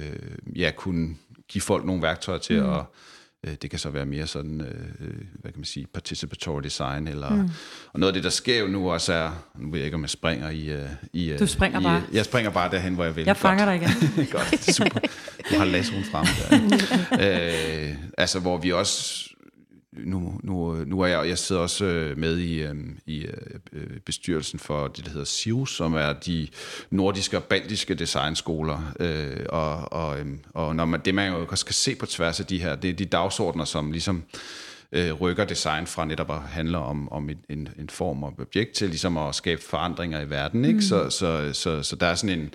kunne give folk nogle værktøjer til at, det kan så være mere sådan, hvad kan man sige, participatory design, eller, og noget af det, der sker jo nu også er, nu ved jeg ikke, om jeg springer i
du springer bare.
Jeg springer bare derhen, hvor jeg vil.
Jeg fanger dig igen.
Godt, super. Du har lassoen frem der. Altså, hvor vi også, nu er jeg sidder også med i bestyrelsen for det, der hedder SIRUS, som er de nordiske og baltiske designskoler, og når man jo også kan se på tværs af de her, det er de dagsordner, som ligesom rykker design fra netop at handle om en form og objekt til ligesom at skabe forandringer i verden, ikke? Så der er sådan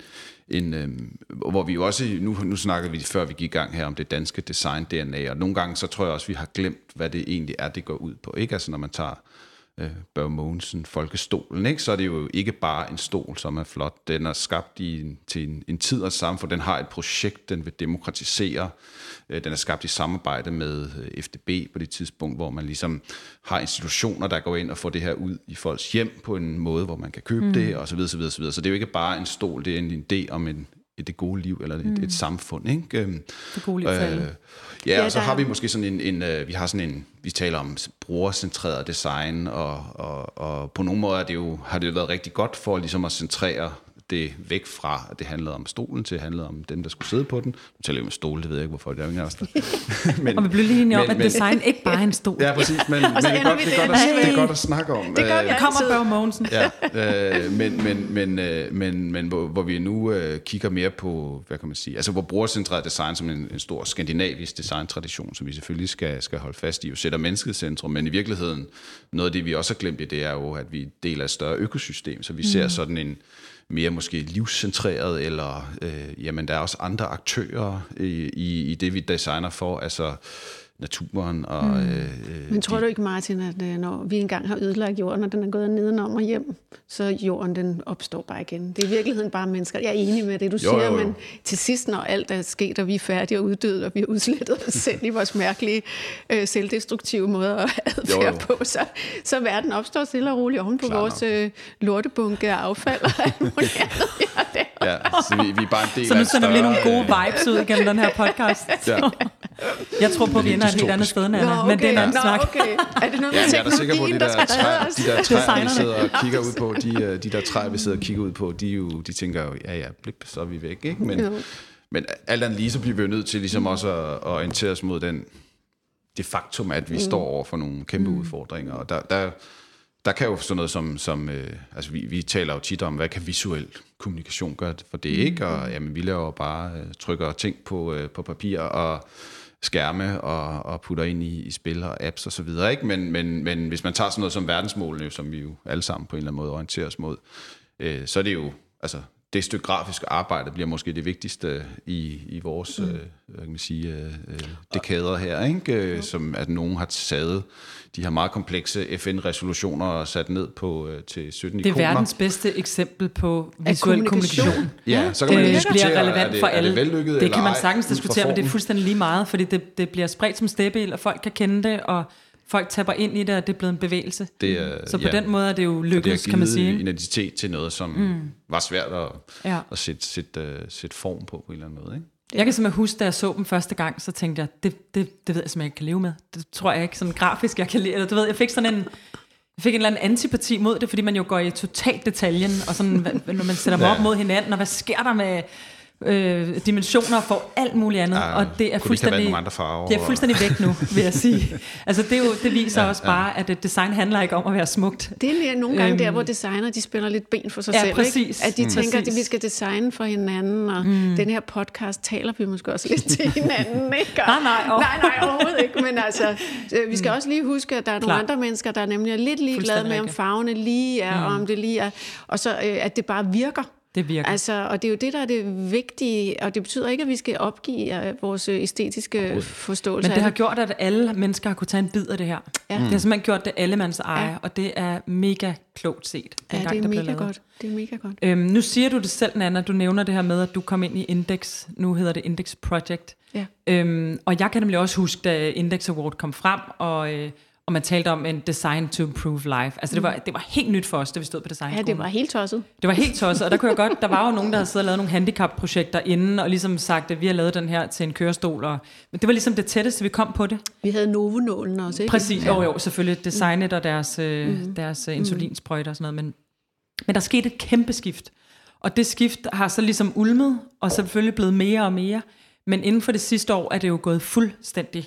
hvor vi jo også, nu snakkede vi før vi gik i gang her om det danske design-DNA, og nogle gange så tror jeg også, vi har glemt, hvad det egentlig er, det går ud på, ikke? Altså når man tager Børge Mogensen, Folkestolen, ikke? Så er det jo ikke bare en stol, som er flot. Den er skabt til en tid og et samfund. Den har et projekt, den vil demokratisere. Den er skabt i samarbejde med FDB på det tidspunkt, hvor man ligesom har institutioner, der går ind og får det her ud i folks hjem på en måde, hvor man kan købe det, og så videre, så videre, så videre. Så det er jo ikke bare en stol, det er en idé om det gode liv, eller et samfund, ikke?
Det gode liv for alle.
Ja, og så har vi måske sådan vi taler om brugercentreret design, og på nogle måder har det været rigtig godt for ligesom at centrere det væk fra, at det handlede om stolen, til det handlede om dem, der skulle sidde på den. Nu taler jeg med stol, det ved jeg ikke, hvorfor, det er jo ingen af os der.
Og vi blev lige enige om, at design ikke bare er en stol.
Ja, præcis, men det er godt at snakke om.
Det gør vi
kommer Børge Mogensen.
Men hvor vi nu kigger mere på, hvad kan man sige, altså hvor brugercentreret design som en stor skandinavisk designtradition, som vi selvfølgelig skal holde fast i, jo sætter mennesket i centrum, men i virkeligheden, noget af det, vi også har glemt i, det er jo, at vi deler et større økosystem, så vi ser sådan en mere måske livscentreret, eller jamen der er også andre aktører i det, vi designer for, altså naturen. Og,
Men tror du ikke, Martin, at når vi engang har ødelagt jorden, og den er gået nedenom og hjem, så jorden den opstår bare igen? Det er i virkeligheden bare mennesker. Jeg er enig med det, du siger, men til sidst, når alt er sket, og vi er færdige og uddøde, og vi har udslettet os selv i vores mærkelige, selvdestruktive måde at adfærd på, så verden opstår stille og roligt oven på vores lortebunke af affald og alt muligt andet.
Ja, så vi er bare en del
så nu sender vi lige nogle gode vibes ud gennem den her podcast. Jeg tror på, at vi ender et helt andet sted, Nana, men det er en anden snak.
Okay. Er det noget med
jeg er da sikker på, at de der træer, vi
Designerne.
sidder og kigger ud på, de der træer, vi sidder og kigger ud på, de tænker jo, ja, blip, så er vi væk, ikke? Men alt andet lige, så bliver vi jo nødt til ligesom også at orientere os mod det faktum, at vi står over for nogle kæmpe udfordringer, og der kan jo sådan noget som altså vi taler jo tit om, hvad kan visuel kommunikation gøre for det, ikke? Og jamen, vi laver bare trykker ting på papir og skærme og putter ind i spil og apps og så videre, ikke? Men hvis man tager sådan noget som verdensmålene, som vi jo alle sammen på en eller anden måde orienterer os mod, så er det jo, altså det stykke grafiske arbejde bliver måske det vigtigste i vores hvad kan man sige, dekader her, ikke? Som at nogen har taget de her meget komplekse FN-resolutioner og sat ned på til 17 ikoner.
Det er verdens bedste eksempel på visuel kommunikation.
Ja, så kan man
Det bliver relevant for alle.
Er det vellykket,
det kan man
ej,
sagtens diskutere, men det er fuldstændig lige meget, fordi det bliver spredt som steppeil, og folk kan kende det, og folk tapper ind i det, og det er blevet en bevægelse. Så på den måde er det jo lykkedes, kan man sige. Det
har givet identitet til noget, som var svært at sætte form på en eller anden måde, ikke?
Jeg kan simpelthen huske, da jeg så dem første gang, så tænkte jeg, det ved jeg simpelthen ikke kan leve med. Det tror jeg ikke sådan grafisk, jeg kan leve. Eller, du ved, jeg fik en eller anden antipati mod det, fordi man jo går i total detaljen, og sådan, når man sætter dem op mod hinanden, og hvad sker der med dimensioner for alt muligt andet, og det er fuldstændig væk nu, vil jeg sige. Altså det viser også bare, at et design handler ikke om at være smukt.
Det er nogle gange der, hvor designer de spænder lidt ben for sig selv,
præcis.
Ikke? At de tænker, at vi skal designe for hinanden, og den her podcast taler vi måske også lidt til hinanden, ikke?
Nej,
overhovedet ikke, men altså, vi skal også lige huske, at der er nogle andre mennesker, der er nemlig lidt ligeglade med, om farverne lige er, og om det lige er, og så at det bare virker.
Det virker.
Altså, og det er jo det, der er det vigtige, og det betyder ikke, at vi skal opgive vores æstetiske forståelse.
Men det har gjort, at alle mennesker har kunne tage en bid af det her. Ja. Det har simpelthen gjort det allemands eje, og det er mega klogt set.
Ja, det er mega godt. Det er mega godt.
Nu siger du det selv, Nana, du nævner det her med, at du kom ind i Index, nu hedder det Index Project. Ja. Og jeg kan nemlig også huske, da Index Award kom frem, og man talte om en design to improve life. Altså det var helt nyt for os, da vi stod på designskolen.
Ja, det var helt tosset.
Det var helt tosset, og der kunne jeg godt, der var jo nogen, der havde siddet og lavet nogle handicap-projekter inden, og ligesom sagt, at vi har lavet den her til en kørestol. Men det var ligesom det tætteste, vi kom på det.
Vi havde Novo-nålen også, ikke?
Præcis, jo, selvfølgelig. Designet og deres insulinsprøjter og sådan noget. Men der skete et kæmpe skift. Og det skift har så ligesom ulmet, og selvfølgelig blevet mere og mere. Men inden for det sidste år er det jo gået fuldstændig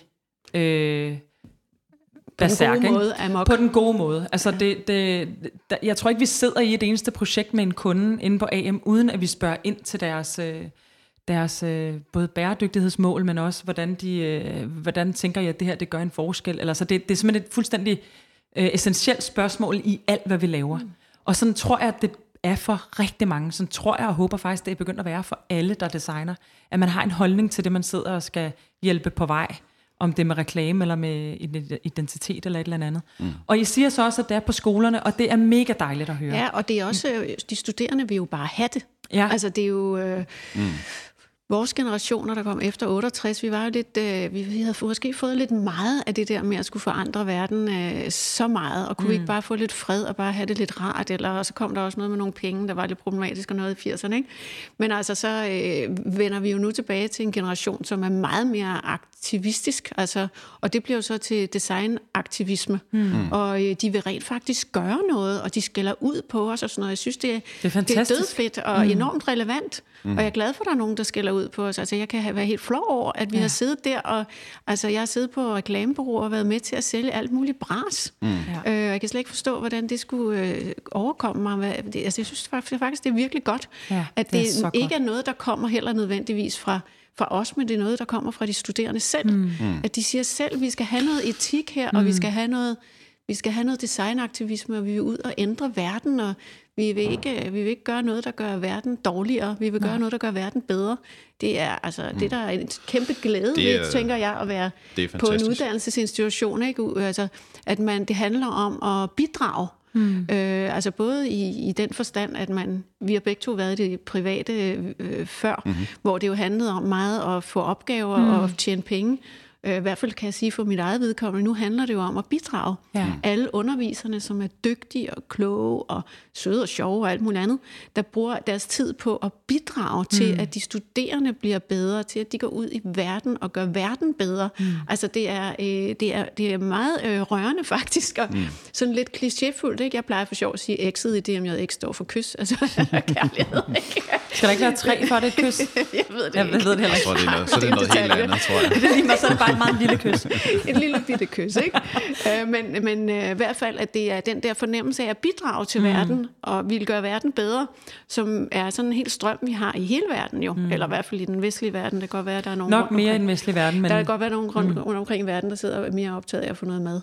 på den gode måde. Altså jeg tror ikke, vi sidder i et eneste projekt med en kunde inde på AM, uden at vi spørger ind til deres både bæredygtighedsmål, men også hvordan tænker jeg, at det her det gør en forskel. Eller, så det er simpelthen et fuldstændig essentielt spørgsmål i alt, hvad vi laver. Og sådan tror jeg, at det er for rigtig mange. Sådan tror jeg og håber faktisk, det er begyndt at være for alle, der designer. At man har en holdning til det, man sidder og skal hjælpe på vej. Om det er med reklame, eller med identitet, eller et eller andet. Og I siger så også, at det er på skolerne, og det er mega dejligt at høre.
Ja, og det er også, de studerende vil jo bare have det. Ja. Altså det er jo vores generationer, der kom efter 68, vi var jo lidt, vi havde måske fået lidt meget af det der med at skulle forandre verden så meget, og kunne vi ikke bare få lidt fred og bare have det lidt rart, og så kom der også noget med nogle penge, der var lidt problematisk og noget i 80'erne, ikke? Men altså så vender vi jo nu tilbage til en generation, som er meget mere aktivistisk, altså, og det bliver jo så til designaktivisme, og de vil rent faktisk gøre noget, og de skælder ud på os og sådan noget. Jeg synes, det er dødfedt og enormt relevant, og jeg er glad for, at der er nogen, der skælder ud på os. Altså, jeg kan være helt flov over, at vi har siddet der, og altså, jeg har siddet på reklamebureauer og været med til at sælge alt muligt bras. Jeg kan slet ikke forstå, hvordan det skulle overkomme mig. Altså, jeg synes faktisk, det er virkelig godt, at det ikke er noget, der kommer heller nødvendigvis fra os, men det er noget, der kommer fra de studerende selv. At de siger selv, at vi skal have noget etik her, og vi skal have noget designaktivisme, og vi vil ud og ændre verden, og vi vil ikke gøre noget, der gør verden dårligere. Vi vil gøre noget, der gør verden bedre. Det er altså det, der er en kæmpe glæde ved, tænker jeg, at være på en uddannelsesinstitution. Ikke? Altså, at det handler om at bidrage. Altså både i den forstand, at vi har begge to været i det private før, hvor det jo handlede om meget at få opgaver og tjene penge. I hvert fald kan jeg sige for mit eget vedkommende, nu handler det jo om at bidrage.
Ja.
Alle underviserne, som er dygtige og kloge og søde og sjove og alt muligt andet, der bruger deres tid på at bidrage til, at de studerende bliver bedre, til at de går ud i verden og gør verden bedre. Altså det er meget rørende faktisk, og sådan lidt klichéfuldt, ikke? Jeg plejer for sjov at sige, X'et i DMJX står for kys, altså kærlighed, ikke?
Skal der ikke være 3 for det kys?
Jeg ved det
Jeg ved det heller ikke.
Så er det noget, så er det noget helt andet, tror jeg.
Det er lige meget, så er det bare et meget lille kys.
Et lille bitte kys, ikke? Men i hvert fald, at det er den der fornemmelse af at bidrage til verden, og ville gøre verden bedre, som er sådan en helt strøm, vi har i hele verden jo, eller i hvert fald i den vestlige verden. Det kan godt være, at der er nogen
nok mere i den vestlige verden, men
der kan godt være nogen rundt omkring i verden, der sidder mere optaget af at få noget mad.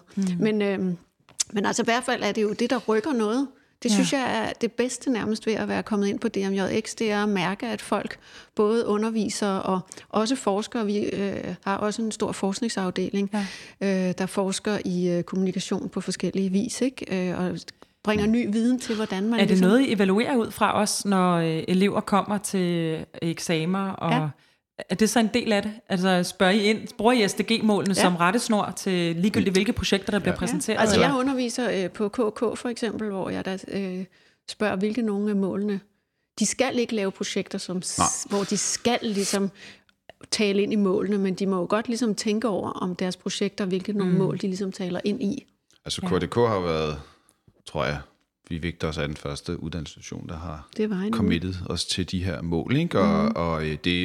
Men altså i hvert fald er det jo det, der rykker noget. Det synes jeg er det bedste nærmest ved at være kommet ind på DMJX, det er at mærke, at folk, både undervisere og også forskere, vi har også en stor forskningsafdeling, der forsker i kommunikation på forskellige vis, ikke? Og bringer ny viden til, hvordan man...
Er det noget, I evaluerer ud fra os, når elever kommer til eksamener? Og er det så en del af det? Altså spørger I ind, bruger I SDG-målene som rettesnor til ligegyldigt hvilke projekter, der bliver præsenteret?
Altså
eller?
jeg underviser på KK for eksempel, hvor jeg der spørger, hvilke nogle af målene... De skal ikke lave projekter, hvor de skal ligesom tale ind i målene, men de må jo godt ligesom tænke over om deres projekter, hvilke nogle mål de ligesom taler ind i. Altså
KDK har været, tror jeg, vi vægter os af den første uddannelsesinstitution, der har committed os til de her mål, ikke? Og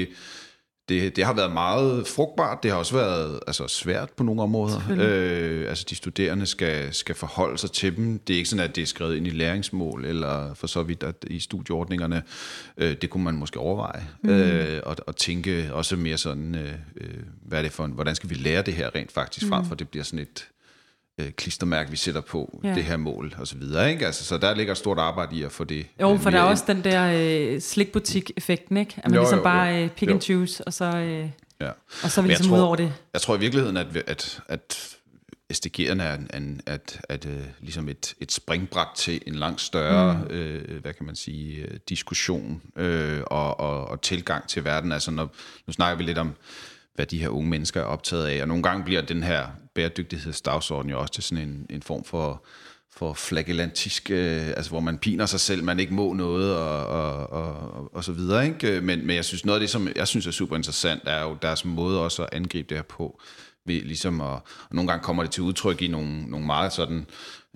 det har været meget frugtbart. Det har også været svært på nogle områder. De studerende skal forholde sig til dem. Det er ikke sådan, at det er skrevet ind i læringsmål, eller for så vidt at i studieordningerne. Det kunne man måske overveje. Og tænke også mere sådan, hvad er det for hvordan skal vi lære det her rent faktisk, frem for det bliver sådan et klistermærke, vi sætter på det her mål, og så videre, ikke? Altså, så der ligger et stort arbejde i at få det.
Jo, for der er også den der slikbutik-effekten, ikke? At man ligesom bare pick and choose, og så er vi ligesom ud over det.
Jeg tror i virkeligheden, at SDG'erne er ligesom et springbræt til en langt større, hvad kan man sige, diskussion og tilgang til verden. Altså, nu snakker vi lidt om, hvad de her unge mennesker er optaget af. Og nogle gange bliver den her bæredygtighedsdagsorden jo også til sådan en form for flagellantisk, hvor man piner sig selv, man ikke må noget og så videre, ikke? Men jeg synes, noget af det, som jeg synes er super interessant, er jo deres måde også at angribe det her på, ved ligesom og nogle gange kommer det til udtryk i nogle meget sådan,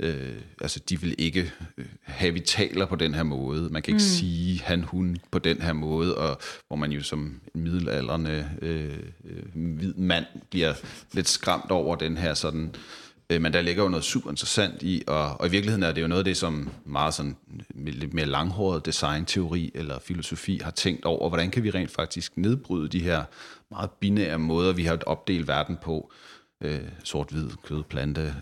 de vil ikke have, vi taler på den her måde. Man kan ikke sige han, hun på den her måde, og hvor man jo som middelaldrende hvid mand bliver lidt skræmt over den her sådan. Men der ligger jo noget super interessant i, og i virkeligheden er det jo noget af det, som meget sådan lidt mere langhåret designteori eller filosofi har tænkt over, hvordan kan vi rent faktisk nedbryde de her meget binære måder, vi har opdelt verden på. Sort-hvid, kød, plante,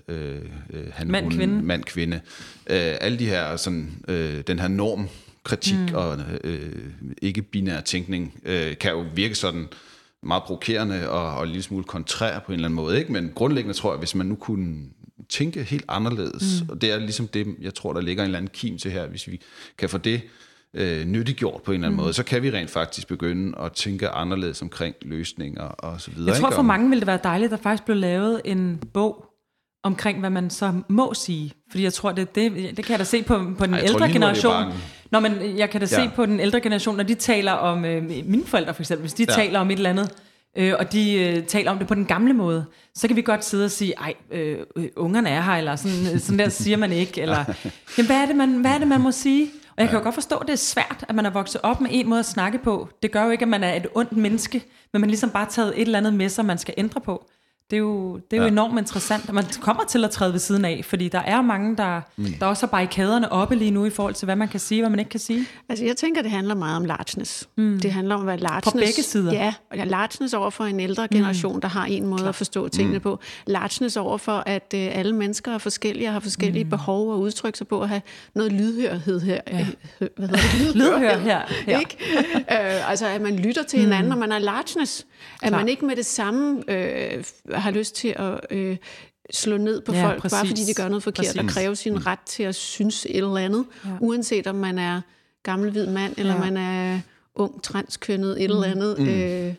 mand, kvinde. Alle de her, sådan, den her normkritik og ikke-binær tænkning kan jo virke sådan meget provokerende og en lille smule kontrær på en eller anden måde, ikke? Men grundlæggende tror jeg, hvis man nu kunne tænke helt anderledes, og det er ligesom det, jeg tror, der ligger en eller anden kim til her, hvis vi kan få det nyttiggjort på en eller anden måde, så kan vi rent faktisk begynde at tænke anderledes omkring løsninger og så videre.
Jeg tror for mange ville det være dejligt, at der faktisk blev lavet en bog omkring, hvad man så må sige. Fordi jeg tror, det kan jeg da se på den ældre generation. Jeg kan da se på den ældre generation, når de taler om, mine forældre for eksempel, hvis de taler om et eller andet, og de taler om det på den gamle måde, så kan vi godt sidde og sige, ungerne er her, eller sådan der siger man ikke, eller jamen, hvad er det, man må sige? Og jeg kan jo godt forstå, at det er svært, at man er vokset op med en måde at snakke på. Det gør jo ikke, at man er et ondt menneske, men man ligesom bare taget et eller andet med sig, man skal ændre på. Det er jo enormt interessant, at man kommer til at træde ved siden af, fordi der er mange, der også har barrikaderne oppe lige nu i forhold til, hvad man kan sige, hvad man ikke kan sige. Altså
jeg tænker, det handler meget om largeness. Det handler om at være largeness.
På begge sider.
Ja, og largeness over for en ældre generation, der har en måde at forstå tingene på. Largeness over for, at alle mennesker er forskellige og har forskellige behov og udtrykke sig på at have noget lydhørhed her. Ja. Hvad hedder det?
Lydhør her.
Ikke? Altså at man lytter til hinanden, og man er largeness. At man ikke med det samme har lyst til at slå ned på folk, bare fordi de gør noget forkert, og kræve sin ret til at synes et eller andet, uanset om man er gammel hvid mand, eller man er ung transkønnet et eller andet.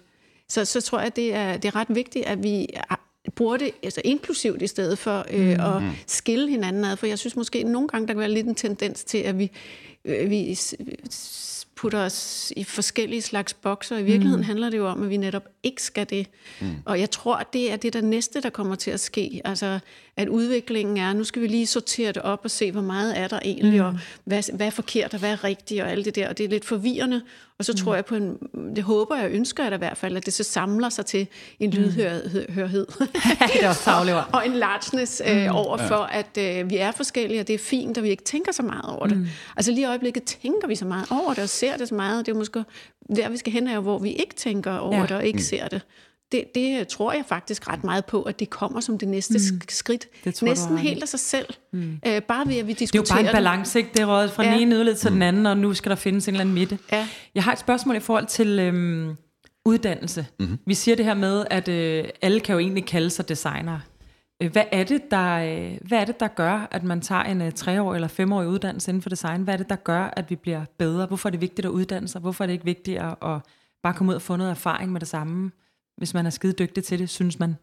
så tror jeg, det er ret vigtigt, at vi bruger det altså inklusivt i stedet for at skille hinanden ad. For jeg synes måske, nogle gange, der kan være lidt en tendens til, at vi putter os i forskellige slags bokser. I virkeligheden handler det jo om, at vi netop ikke skal det. Og jeg tror, det er det der næste, der kommer til at ske. Altså, at udviklingen er, nu skal vi lige sortere det op og se, hvor meget er der egentlig, og hvad er forkert, og hvad er rigtigt, og alt det der. Og det er lidt forvirrende. Og så tror jeg på det håber jeg, ønsker jeg da i hvert fald, at det så samler sig til en lydhørhed.
Det er også tavleord.
Og en largeness over for, at vi er forskellige, og det er fint, og vi ikke tænker så meget over det. Altså lige i øjeblikket tænker vi så meget over det, og ser det så meget. Det er måske der, vi skal hen af, hvor vi ikke tænker over det, og ikke ser det. Det tror jeg faktisk ret meget på, at det kommer som det næste skridt. Næsten helt af sig selv. Bare ved, at vi diskuterer det.
Det er jo bare en balance, ikke? Det er røget fra den ene yderlighed til den anden, og nu skal der findes en eller anden midte. Ja. Jeg har et spørgsmål i forhold til uddannelse. Vi siger det her med, at alle kan jo egentlig kalde sig designere. Hvad er det, der gør, at man tager en 3-årig eller 5-årig uddannelse inden for design? Hvad er det, der gør, at vi bliver bedre? Hvorfor er det vigtigt at uddanne sig? Hvorfor er det ikke vigtigt at bare komme ud og få noget erfaring med det samme, hvis man er skide dygtig til det, synes man?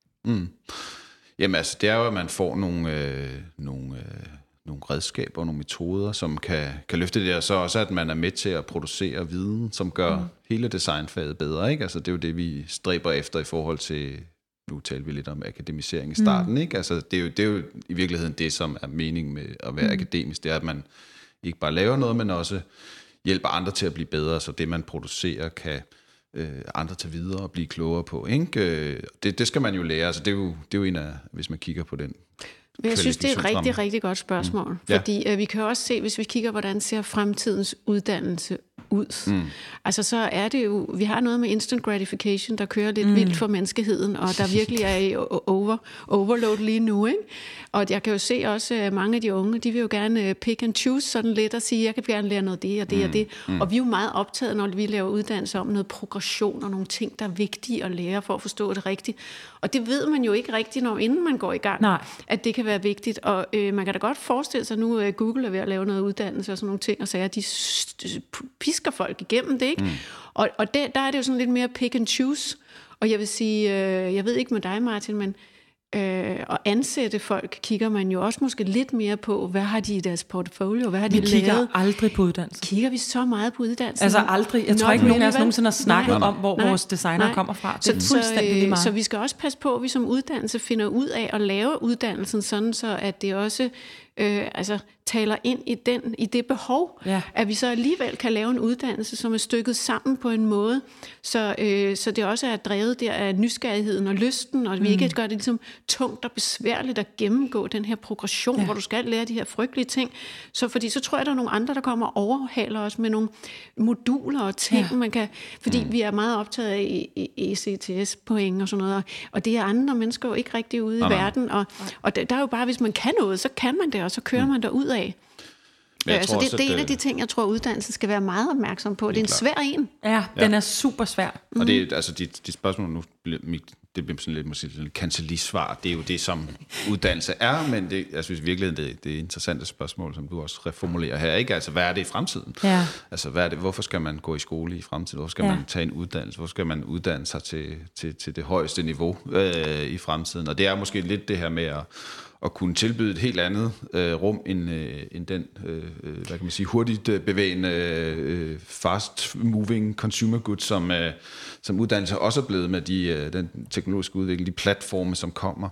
Jamen altså, det er jo, at man får nogle redskaber og nogle metoder, som kan løfte det, og så også, at man er med til at producere viden, som gør hele designfaget bedre, ikke? Altså, det er jo det, vi stræber efter i forhold til, nu talte vi lidt om akademisering i starten, ikke? Altså, det er jo i virkeligheden det, som er meningen med at være akademisk, det er, at man ikke bare laver noget, men også hjælper andre til at blive bedre, så det, man producerer, kan andre tage videre og blive klogere på, ikke? Det skal man jo lære, altså det er jo en af, hvis man kigger på den.
Men jeg synes, det er et rigtig, rigtig godt spørgsmål, fordi vi kan jo også se, hvis vi kigger, hvordan ser fremtidens uddannelse ud. Altså så er det jo, vi har noget med instant gratification, der kører lidt vildt for menneskeheden, og der virkelig er i overload lige nu, ikke? Og jeg kan jo se også, at mange af de unge, de vil jo gerne pick and choose sådan lidt og sige, jeg kan gerne lære noget det og det og det. Og vi er jo meget optaget, når vi laver uddannelse om noget progression og nogle ting, der er vigtige at lære for at forstå det rigtigt. Og det ved man jo ikke rigtigt, inden man går i gang, at det kan være vigtigt. Og man kan da godt forestille sig, nu Google er ved at lave noget uddannelse og sådan nogle ting, og så de pisker folk igennem det, ikke? Og der er det jo sådan lidt mere pick and choose. Og jeg vil sige, jeg ved ikke med dig, Martin, men at ansætte folk kigger man jo også måske lidt mere på, hvad har de i deres portfolio, hvad har de lavet.
Vi kigger aldrig på uddannelse.
Kigger vi så meget på uddannelse?
Altså aldrig. Jeg tror ikke, nogen af os nogensinde har snakket om, hvor vores designer kommer fra. Det er fuldstændig lige meget.
Så vi skal også passe på, at vi som uddannelse finder ud af at lave uddannelsen sådan, så at det også taler ind i det behov, at vi så alligevel kan lave en uddannelse, som er stykket sammen på en måde, så det også er drevet der af nysgerrigheden og lysten, og vi ikke gør det ligesom tungt og besværligt at gennemgå den her progression, hvor du skal lære de her frygtelige ting. Fordi så tror jeg, der er nogle andre, der kommer og overhaler os med nogle moduler og ting, man kan, fordi vi er meget optaget af ECTS-point og sådan noget, og det er andre mennesker jo ikke rigtig ude i verden, og der er jo bare, hvis man kan noget, så kan man det, og så kører man derud af. Så det er en af de ting, jeg tror, uddannelsen skal være meget opmærksom på. Det er en svær en.
Ja, den er super svær.
Og det er altså de spørgsmål nu, det bliver sådan lidt måske kancelisvar. Det er jo det, som uddannelse er, men jeg synes virkelig, det er interessante spørgsmål, som du også reformulerer her, ikke? Altså, hvad er det i fremtiden? Ja. Altså, hvorfor skal man gå i skole i fremtiden? Hvorfor skal man tage en uddannelse? Hvorfor skal man uddanne sig til det højeste niveau i fremtiden? Og det er måske lidt det her med at kunne tilbyde et helt andet rum end den, hvad kan man sige, hurtigt bevægende, fast-moving consumer goods, som uddannelse også er blevet med den teknologiske udvikling, de platforme, som kommer.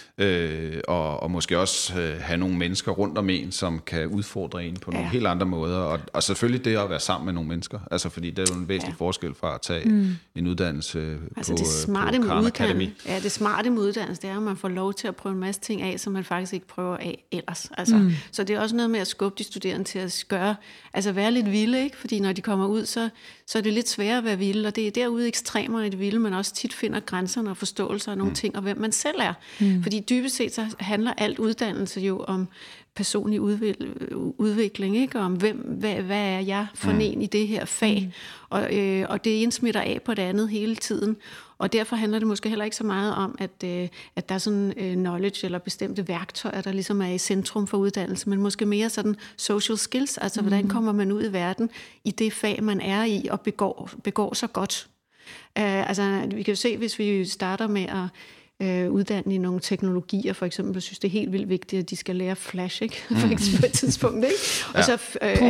Og måske også have nogle mennesker rundt om en, som kan udfordre en på nogle helt andre måder. Og selvfølgelig det at være sammen med nogle mennesker. Altså fordi det er jo en væsentlig forskel fra at tage en uddannelse på Khan Academy.
Ja, det smarte med uddannelse, det er, at man får lov til at prøve en masse ting af, som man faktisk ikke prøver af ellers. Altså, så det er også noget med at skubbe de studerende til at være lidt vilde, ikke? Fordi når de kommer ud, så er det lidt sværere at være vilde, og det er derude ekstremerne i det vilde, man også tit finder grænserne og forståelser af nogle ting, og hvem man selv er. Fordi dybest set så handler alt uddannelse jo om personlig udvikling, ikke? Om hvad er jeg for en i det her fag, og det indsmitter af på det andet hele tiden. Og derfor handler det måske heller ikke så meget om, at der er sådan knowledge eller bestemte værktøjer, der ligesom er i centrum for uddannelse, men måske mere sådan social skills, altså hvordan kommer man ud i verden i det fag, man er i, og begår så godt. Altså, vi kan jo se, hvis vi starter med at uddanne i nogle teknologier, for eksempel, jeg synes, det er helt vildt vigtigt, at de skal lære Flash, ikke? På et tidspunkt, ikke? Og så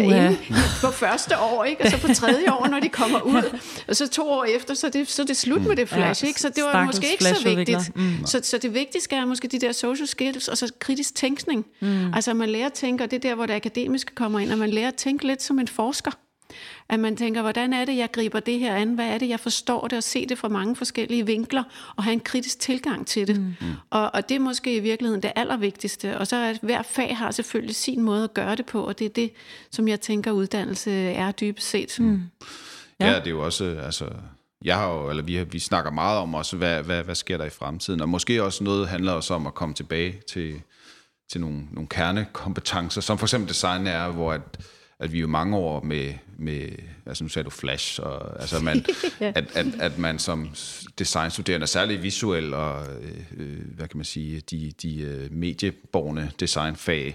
på første år, ikke? Og så på tredje år, når de kommer ud, og så 2 år efter, så er det slut med det Flash, ikke? Så det var måske ikke så vigtigt. Så det vigtigste er måske de der social skills, og så kritisk tænkning. Altså, man lærer at tænke, og det er der, hvor det akademiske kommer ind, og man lærer at tænke lidt som en forsker. At man tænker, hvordan er det, jeg griber det her an? Hvad er det, jeg forstår det og se det fra mange forskellige vinkler og have en kritisk tilgang til det? Og det er måske i virkeligheden det allervigtigste. Og så er hver fag har selvfølgelig sin måde at gøre det på, og det er det, som jeg tænker, uddannelse er dybest set.
Ja, det er jo også, altså, jeg har jo, eller vi snakker meget om også, hvad sker der i fremtiden, og måske også noget handler også om at komme tilbage til nogle kernekompetencer, som for eksempel design er, hvor at vi jo mange år med altså nu sagde du Flash, og altså man, at man som designstuderende, særligt visuel og hvad kan man sige, de medieborne designfag,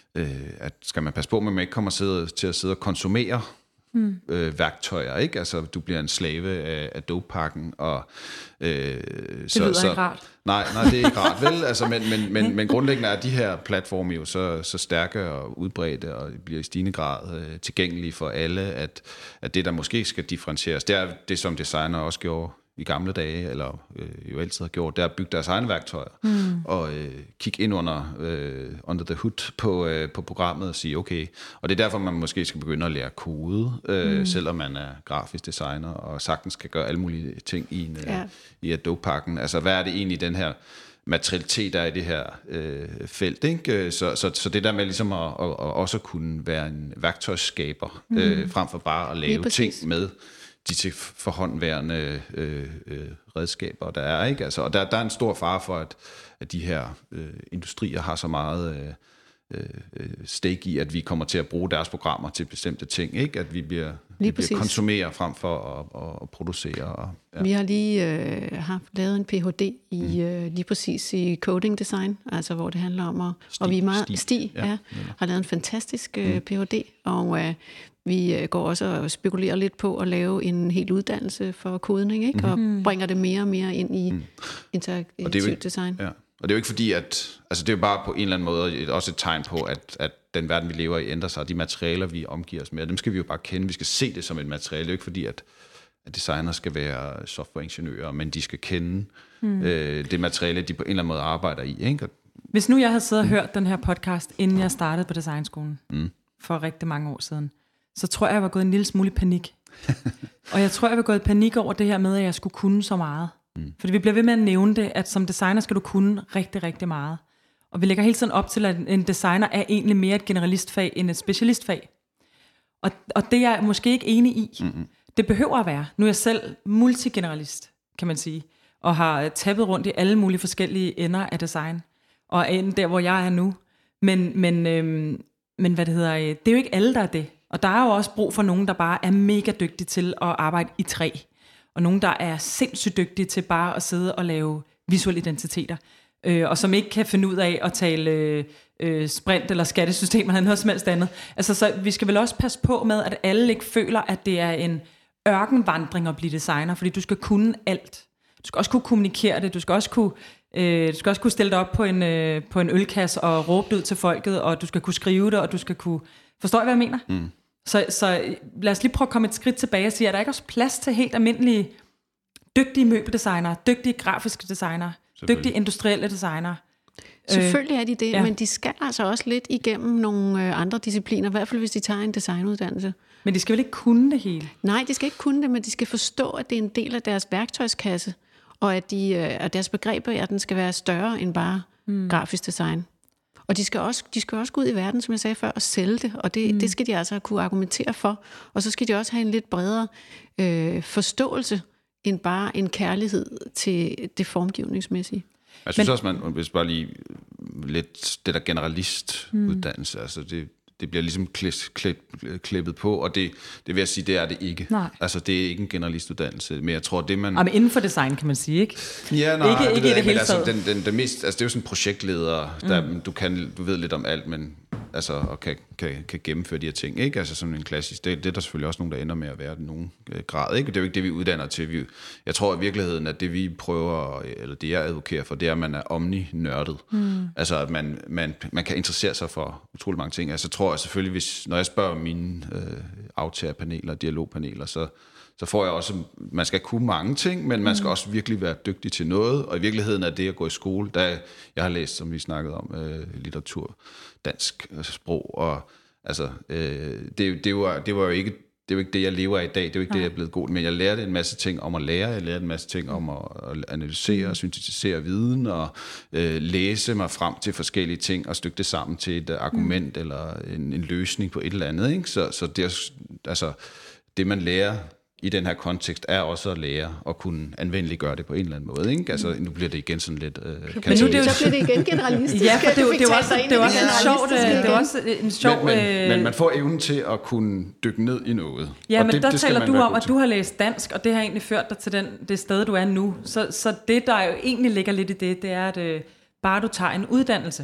at skal man passe på, at man ikke kommer til at sidde og konsumere værktøjer, ikke? Altså, du bliver en slave af Adobe-pakken, og
det lyder ikke rart.
Nej, det er ikke rart, vel? Altså, men grundlæggende er de her platforme jo så stærke og udbredte, og bliver i stigende grad tilgængelige for alle, at det, der måske skal differentieres, det er det, som designer også gjorde i gamle dage, eller jo altid har gjort, det er at bygge deres egne værktøjer, og kigge ind under the hood på programmet og sige, okay, og det er derfor, man måske skal begynde at lære kode, selvom man er grafisk designer, og sagtens kan gøre alle mulige ting i Adobe-pakken. Altså, hvad er det egentlig, den her materialitet, der er i det her felt, ikke? Så det der med ligesom at også kunne være en værktøjsskaber, frem for bare at lave ting med de til forhåndværende redskaber, der er, ikke? Altså, og der er en stor fare for, at de her industrier har så meget stake i, at vi kommer til at bruge deres programmer til bestemte ting, ikke? At vi bliver konsumere frem for at producere. Og, ja.
Vi har lige lavet en Ph.D. i lige præcis i coding design, altså hvor det handler om og vi er meget har lavet en fantastisk Ph.D. og vi går også og spekulerer lidt på at lave en hel uddannelse for kodning, ikke? Og bringer det mere og mere ind i interaktivt design. Ja.
Og det er jo ikke fordi, at altså det er jo bare på en eller anden måde også et tegn på, at den verden, vi lever i, ændrer sig, og de materialer, vi omgiver os med, dem skal vi jo bare kende. Vi skal se det som et materiale. Det er jo ikke fordi, at designer skal være softwareingeniører, men de skal kende det materiale, de på en eller anden måde arbejder i, ikke?
Hvis nu jeg havde siddet og hørt den her podcast, inden jeg startede på designskolen for rigtig mange år siden, så tror jeg var gået en lille smule i panik. Og jeg tror, jeg var gået i panik over det her med, at jeg skulle kunne så meget. Fordi vi bliver ved med at nævne det, at som designer skal du kunne rigtig, rigtig meget. Og vi lægger hele tiden op til, at en designer er egentlig mere et generalistfag end et specialistfag. Og det er jeg måske ikke enig i. Det behøver at være. Nu er jeg selv multigeneralist, kan man sige. Og har tappet rundt i alle mulige forskellige ender af design. Og er der, hvor jeg er nu. Men hvad det hedder, det er jo ikke alle, der er det. Og der er jo også brug for nogen, der bare er mega dygtige til at arbejde i træ. Og nogen, der er sindssygt dygtige til bare at sidde og lave visuelle identiteter. Og som ikke kan finde ud af at tale sprint eller skattesystemer eller noget som helst andet. Altså, så vi skal vel også passe på med, at alle ikke føler, at det er en ørkenvandring at blive designer, fordi du skal kunne alt. Du skal også kunne kommunikere det, du skal også kunne stille dig op på en ølkasse og råbe det ud til folket, og du skal kunne skrive det, og du skal kunne... Forstår I, hvad jeg mener? Så lad os lige prøve at komme et skridt tilbage og sige, at der ikke også plads til helt almindelige dygtige møbeldesignere, dygtige grafiske designere, dygtige industrielle designere.
Selvfølgelig er de det, men de skal altså også lidt igennem nogle andre discipliner, i hvert fald hvis de tager en designuddannelse.
Men de skal vel ikke kunne det hele? Nej,
de skal ikke kunne det, men de skal forstå, at det er en del af deres værktøjskasse, og at deres begreber er, at den skal være større end bare grafisk design. Og de skal også gå ud i verden, som jeg sagde før, og sælge det, og det skal de altså kunne argumentere for. Og så skal de også have en lidt bredere forståelse, end bare en kærlighed til det formgivningsmæssige.
Jeg synes også, hvis bare lige lidt det der generalistuddannelse, altså det bliver ligesom klippet på, og det vil jeg sige, det er det ikke.
Nej.
Altså, det er ikke en generalistuddannelse, men jeg tror, det man...
Men inden for design, kan man sige, ikke?
Ja, nej,
ikke det hele taget.
Altså, det er jo sådan en projektleder, der, du ved lidt om alt, men altså, og kan gennemføre de her ting, ikke? Altså sådan en klassisk, det er der selvfølgelig også nogen, der ender med at være i nogen grad, ikke? Det er jo ikke det, vi uddanner til. Jeg tror i virkeligheden, at det vi prøver, eller det jeg advokerer for, det er, at man er omni-nørdet. Altså, at man kan interessere sig for utrolig mange ting. Altså, tror jeg selvfølgelig, når jeg spørger mine aftagerpaneler, dialogpaneler, så får jeg også, man skal kunne mange ting, men man skal også virkelig være dygtig til noget, og i virkeligheden er det at gå i skole, jeg har læst, som vi snakkede om, litteratur, dansk sprog, og altså, det var jo ikke det, jeg lever af i dag, det er jo ikke det, jeg er blevet god, men jeg lærte en masse ting om at lære, jeg lærte en masse ting om at analysere og syntetisere viden, og læse mig frem til forskellige ting, og stykke det sammen til et argument, eller en løsning på et eller andet, ikke? Så det er, altså, det man lærer i den her kontekst er også at lære at kunne anvendeliggøre det på en eller anden måde, ikke? Altså, nu bliver det igen sådan lidt...
Men nu bliver det igen generalistisk.
Ja, for det er jo også en sjov...
Men man får evnen til at kunne dykke ned i noget.
Ja, men der taler du om, at du har læst dansk, og det har egentlig ført dig til det sted, du er nu. Så det, der jo egentlig ligger lidt i det er, at bare du tager en uddannelse,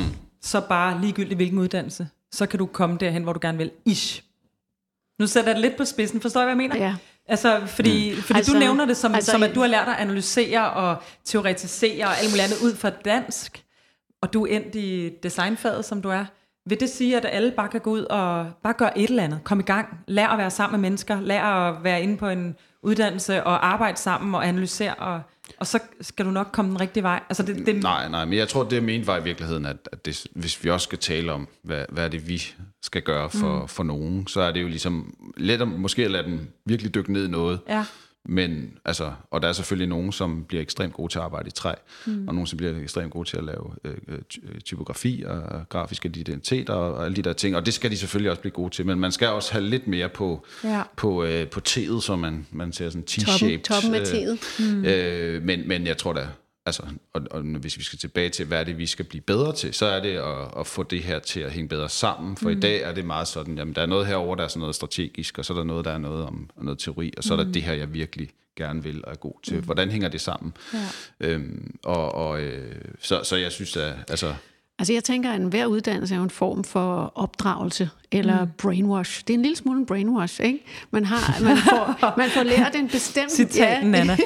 så bare ligegyldigt hvilken uddannelse, så kan du komme derhen, hvor du gerne vil. Ish. Nu sætter jeg det lidt på spidsen. Forstår jeg, hvad jeg mener? Ja. Altså, fordi du nævner det som at du har lært at analysere og teoretisere og alt muligt andet ud fra dansk, og du er endt i designfaget, som du er. Vil det sige, at alle bare kan gå ud og bare gøre et eller andet? Kom i gang. Lær at være sammen med mennesker. Lær at være inde på en uddannelse og arbejde sammen og analysere, og så skal du nok komme den rigtige vej. Altså det...
Nej, men jeg tror, det er min vej i virkeligheden, at det, hvis vi også skal tale om, hvad er det, vi skal gøre for nogen, så er det jo ligesom let måske at lade dem virkelig dykke ned i noget. Ja. Men altså, og der er selvfølgelig nogen, som bliver ekstremt gode til at arbejde i træ, og nogen, som bliver ekstremt gode til at lave typografi og grafiske identiteter og alle de der ting, og det skal de selvfølgelig også blive gode til, men man skal også have lidt mere på teet, så man ser sådan T-shaped.
Toppen af teet.
Men jeg tror da, altså, og hvis vi skal tilbage til, hvad er det, vi skal blive bedre til, så er det at få det her til at hænge bedre sammen. For i dag er det meget sådan, jamen der er noget herovre, der er sådan noget strategisk, og så er der noget, der er noget om noget teori, og så er der det her, jeg virkelig gerne vil og er god til. Hvordan hænger det sammen? Ja. Så jeg synes, at...
Altså jeg tænker, at enhver uddannelse er en form for opdragelse eller brainwash. Det er en lille smule en brainwash, ikke? Man får lært en bestemt...
Citaten, Nana.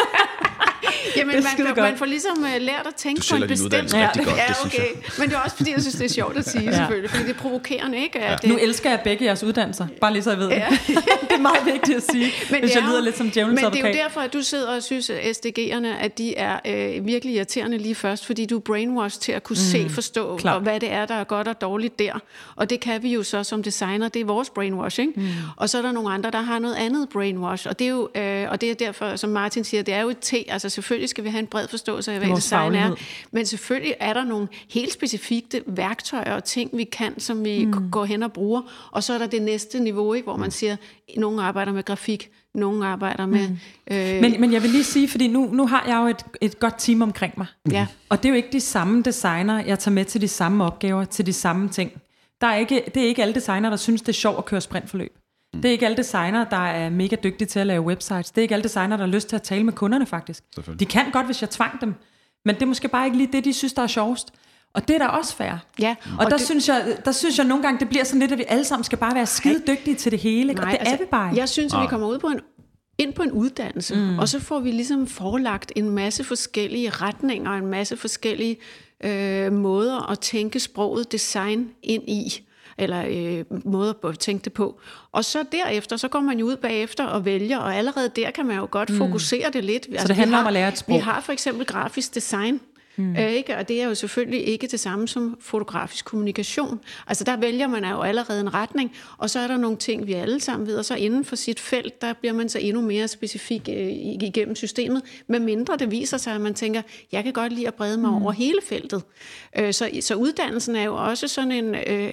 Jamen, man får ligesom lært at tænke på en bestemt...
Ja,
okay. Men det er også fordi, jeg synes, det er sjovt at sige, selvfølgelig. Fordi det er provokerende, ikke?
Ja. Nu elsker jeg begge jeres uddannelser. Bare lige så jeg ved det. Det er meget vigtigt at sige, hvis jeg lyder lidt som djævelens advokat.
Men det er jo derfor, at du sidder og synes, at SDG'erne, at de er virkelig irriterende lige først, fordi du er brainwashed til at kunne forstå, og hvad det er, der er godt og dårligt der. Og det kan vi jo så som designer. Det er vores brainwash, ikke? Og så er der nogle andre, der har noget andet brainwash. Og det er jo, og det er derfor, som Martin siger, det er jo et T. Altså selvfølgelig skal vi have en bred forståelse af, hvad design er. Men selvfølgelig er der nogle helt specifikke værktøjer og ting, vi kan, som vi går hen og bruger. Og så er der det næste niveau, ikke, hvor man siger, nogen arbejder med grafik, nogen arbejder med...
Men jeg vil lige sige, fordi nu har jeg jo et godt team omkring mig. Ja. Og det er jo ikke de samme designer, jeg tager med til de samme opgaver, til de samme ting. Det er ikke alle designer, der synes, det er sjovt at køre sprintforløb. Det er ikke alle designer, der er mega dygtige til at lave websites. Det er ikke alle designer, der har lyst til at tale med kunderne, faktisk. De kan godt, hvis jeg tvang dem. Men det er måske bare ikke lige det, de synes, der er sjovest. Og det er da også fair. Ja, og der synes jeg nogle gange, det bliver sådan lidt, at vi alle sammen skal bare være skide dygtige til det hele. Nej, og det er vi bare ikke.
Jeg synes, at vi kommer ud på ind på en uddannelse, og så får vi ligesom forelagt en masse forskellige retninger, en masse forskellige måder at tænke sproget design ind i. Eller måder at tænke det på. Og så derefter, så går man jo ud bagefter og vælger, og allerede der kan man jo godt fokusere det lidt.
Så det handler om at lære et sprog.
Vi har for eksempel grafisk design, ikke? Og det er jo selvfølgelig ikke det samme som fotografisk kommunikation. Altså der vælger man jo allerede en retning, og så er der nogle ting, vi alle sammen ved, og så inden for sit felt, der bliver man så endnu mere specifik igennem systemet, medmindre det viser sig, at man tænker, jeg kan godt lide at brede mig over hele feltet. Så uddannelsen er jo også sådan en,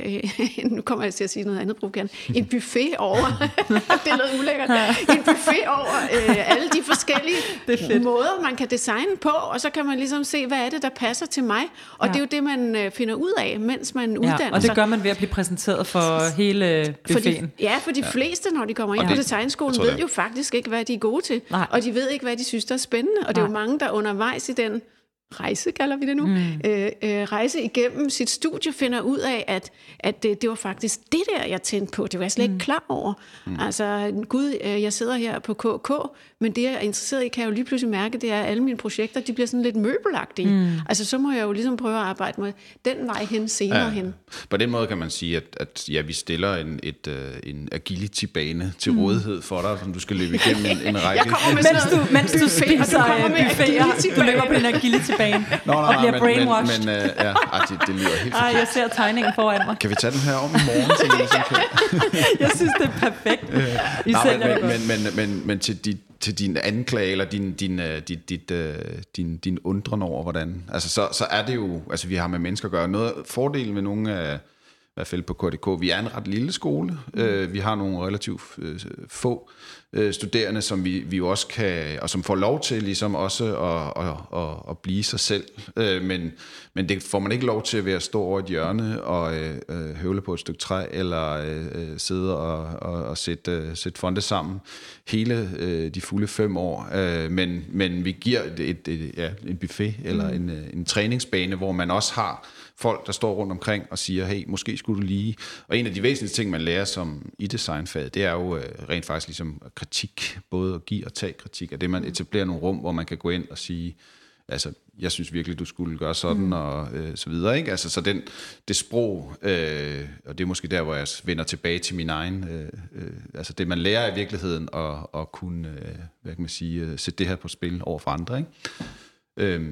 nu kommer jeg til at sige noget andet provokerende, en buffet over, det er noget ulækkert, en buffet over alle de forskellige måder, man kan designe på, og så kan man ligesom se, hvad er det, der passer til mig. Og det er jo det, man finder ud af, mens man uddanner sig.
Og det gør man ved at blive præsenteret for hele buffeten.
For de fleste, når de kommer ind på designskolen, ved jo faktisk ikke, hvad de er gode til. Nej. Og de ved ikke, hvad de synes, der er spændende. Og det er jo mange, der undervejs i den rejse, kalder vi det nu, rejse igennem sit studie, finder ud af, at det var faktisk det der, jeg tændte på. Det var jeg slet ikke klar over. Altså, gud, jeg sidder her på KK, men det, jeg er interesseret i, kan jeg jo lige pludselig mærke, det er, at alle mine projekter, de bliver sådan lidt møbelagtige. Altså, så må jeg jo ligesom prøve at arbejde med den vej hen senere hen.
På den måde kan man sige, at vi stiller en agility-bane til rådighed for dig, som du skal løbe igennem en række.
Mens du spiser buffeter, du løber på en agility-bane og bliver brainwashed.
Men det lyder helt forkert.
Jeg ser tegningen foran mig.
Kan vi tage den her om i morgen?
Jeg synes, det er perfekt.
Men til din anklage, eller din undren over, hvordan... Altså, så er det jo... Altså, vi har med mennesker at gøre. Noget fordelen med nogle af... I hvert fald på KDK. Vi er en ret lille skole. Vi har nogle relativt få studerende, som vi også kan, og som får lov til ligesom også at blive sig selv. Men det får man ikke lov til ved at stå over et hjørne og høvle på et stykke træ, eller sidde og sætte fonde sammen hele de fulde 5 år. Men vi giver en buffet eller en træningsbane, hvor man også har folk, der står rundt omkring og siger, hey, måske skulle du lige... Og en af de væsentlige ting, man lærer som i designfaget, det er jo rent faktisk ligesom kritik, både at give og tage kritik, af det, man etablerer nogle rum, hvor man kan gå ind og sige, altså, jeg synes virkelig, du skulle gøre sådan, og så videre, ikke? Altså, så det sprog, og det er måske der, hvor jeg vender tilbage til min egen... altså, det man lærer i virkeligheden, at kunne, hvad kan man sige, sætte det her på spil over for andre, ikke?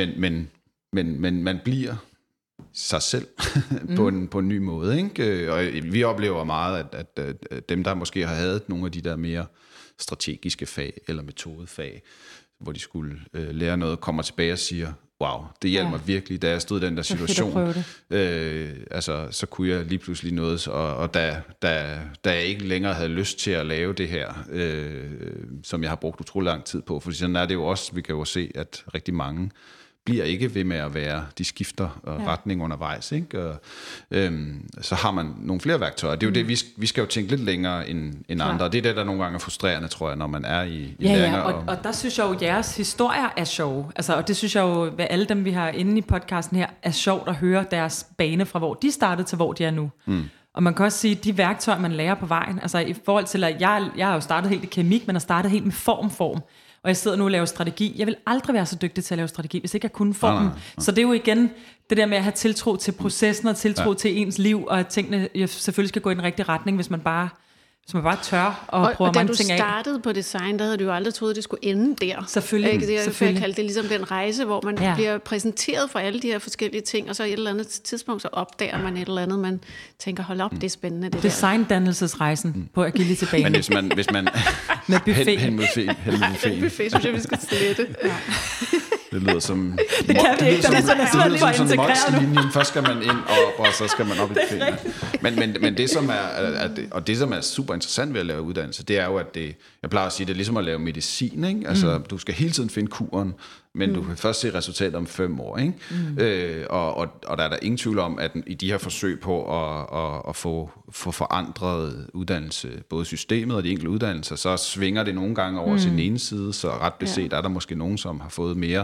Men man bliver sig selv på en ny måde, ikke? Og vi oplever meget, at dem, der måske har haft nogle af de der mere strategiske fag eller metodefag, hvor de skulle lære noget, kommer tilbage og siger, wow, det hjalp mig virkelig, da jeg stod i den der situation. Altså, så kunne jeg lige pludselig noget, og da jeg ikke længere havde lyst til at lave det her, som jeg har brugt utrolig lang tid på, for sådan er det jo også, vi kan jo se, at rigtig mange bliver ikke ved med at være, de skifter retning undervejs, ikke? Og, så har man nogle flere værktøjer. Det er jo det, vi skal jo tænke lidt længere end andre, og det er det, der nogle gange er frustrerende, tror jeg, når man er i læringer.
Og der synes jeg jo, at jeres historier er sjove, altså, og det synes jeg jo, ved alle dem, vi har inde i podcasten her, er sjovt at høre deres bane fra, hvor de startede til, hvor de er nu. Og man kan også sige, de værktøjer, man lærer på vejen, altså i forhold til, at jeg har jo startet helt i keramik, men har startet helt med form. Og jeg sidder nu og laver strategi. Jeg vil aldrig være så dygtig til at lave strategi, hvis ikke jeg kunne formen. Så det er jo igen det der med at have tiltro til processen og tiltro til ens liv, og at tingene selvfølgelig skal gå i den rigtige retning, hvis man bare tør og prøver mange ting af.
Og da du startede på design, der havde du jo aldrig troet, at det skulle ende der.
Selvfølgelig.
Jeg kalder det ligesom den rejse, hvor man bliver præsenteret for alle de her forskellige ting, og så i et eller andet tidspunkt, så opdager man et eller andet, man tænker, hold op, det er spændende. Det
Design-dannelsesrejsen på agility-banen.
Men hvis man
med buffet.
Hen mod
buffet, synes jeg, vi skal slette.
Det lyder som...
Det kan vi ikke, den er så naturligt for at integrere nu.
Først skal man ind, og så skal man op i buffeten. Men det, som er super interessant ved at lave uddannelse, det er jo, at det... Jeg plejer at sige, det er ligesom at lave medicin, ikke? Altså, du skal hele tiden finde kuren, men du kan først se resultater om 5 år, ikke? Og der er der ingen tvivl om, at i de her forsøg på at få forandret uddannelse, både systemet og de enkelte uddannelser, så svinger det nogle gange over til den ene side, så ret beset er der måske nogen, som har fået mere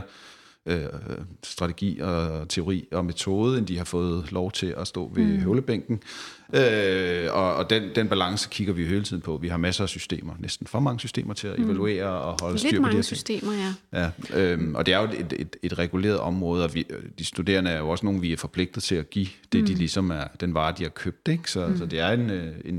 strategi og teori og metode, end de har fået lov til at stå ved høvlebænken. Og den balance kigger vi hele tiden på. Vi har masser af systemer, næsten for mange systemer til at evaluere og holde styr på de her ting.
Systemer,
og det er jo et reguleret område, og de studerende er jo også nogen, vi er forpligtet til at give det, de ligesom er, den vare, de har købt, ikke? Så det er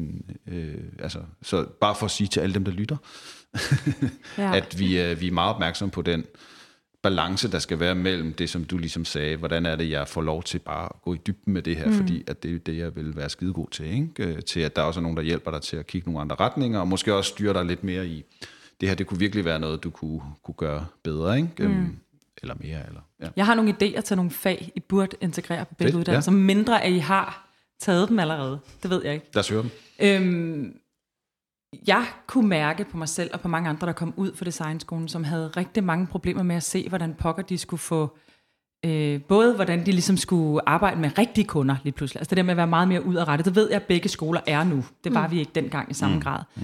så bare for at sige til alle dem, der lytter, at vi er meget opmærksomme på den balance, der skal være mellem det, som du ligesom sagde, hvordan er det, jeg får lov til bare at gå i dybden med det her, fordi at det er det, jeg vil være skidegod til, ikke? Til at der også er nogen, der hjælper dig til at kigge nogle andre retninger, og måske også styre dig lidt mere i, det her, det kunne virkelig være noget, du kunne gøre bedre, ikke? Eller mere, eller... Ja.
Jeg har nogle idéer til nogle fag, I burde integrere på begge uddannelser, som mindre at I har taget dem allerede. Det ved jeg ikke.
Lad os høre dem.
Jeg kunne mærke på mig selv og på mange andre, der kom ud fra designskolen, som havde rigtig mange problemer med at se, hvordan pokker de skulle få, både hvordan de ligesom skulle arbejde med rigtige kunder lige pludselig. Altså det der med at være meget mere udadrettet, det ved jeg, at begge skoler er nu. Det var vi ikke dengang i samme grad.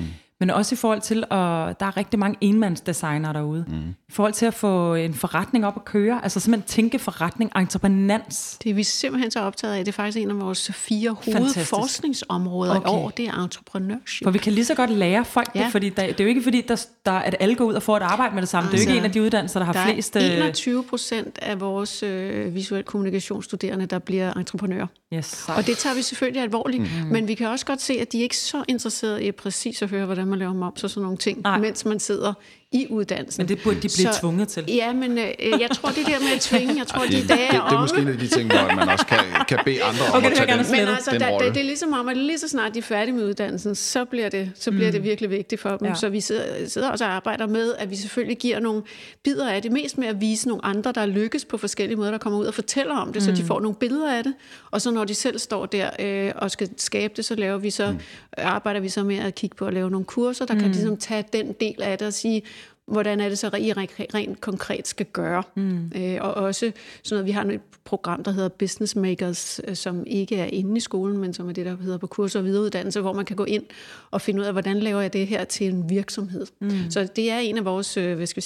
men også i forhold til, at der er rigtig mange enmandsdesignere derude. I forhold til at få en forretning op at køre, altså simpelthen tænke forretning, entreprenans.
Det er vi simpelthen så optaget af. Det er faktisk en af vores 4 hovedforskningsområder i år, det er entrepreneurship.
For vi kan lige så godt lære folk det, fordi det er jo ikke fordi, at alle går ud og får et arbejde med det samme. Det er jo ikke en af de uddannelser, der har flest...
Der er 21% af vores visuel kommunikationsstuderende, der bliver entreprenører.
Yes,
og det tager vi selvfølgelig alvorligt, men vi kan også godt se, at de er ikke så interesserede i præcis at høre, hvordan man laver moms og sådan nogle ting, mens man sidder i uddannelsen.
Men det burde de blive tvunget til.
Ja, men jeg tror, det der med at tvinge, jeg tror, de dage er
det er måske en af de ting, hvor man også kan bede andre om at tage den rolle.
Men altså, det er ligesom om, at lige så snart de er færdige med uddannelsen, så bliver det virkelig vigtigt for dem. Ja. Så vi sidder også og arbejder med, at vi selvfølgelig giver nogle bidder af det, mest med at vise nogle andre, der lykkes på forskellige måder, der kommer ud og fortæller om det, så de får nogle billeder af det. Og så når de selv står der og skal skabe det, så arbejder vi så med at kigge på at lave nogle kurser, der kan ligesom tage den del af det og sige, hvordan er det så, I rent konkret skal gøre. Og også sådan noget, vi har et program, der hedder Business Makers, som ikke er inde i skolen, men som er det, der hedder på kurser og videreuddannelse, hvor man kan gå ind og finde ud af, hvordan laver jeg det her til en virksomhed. Så det er en af vores,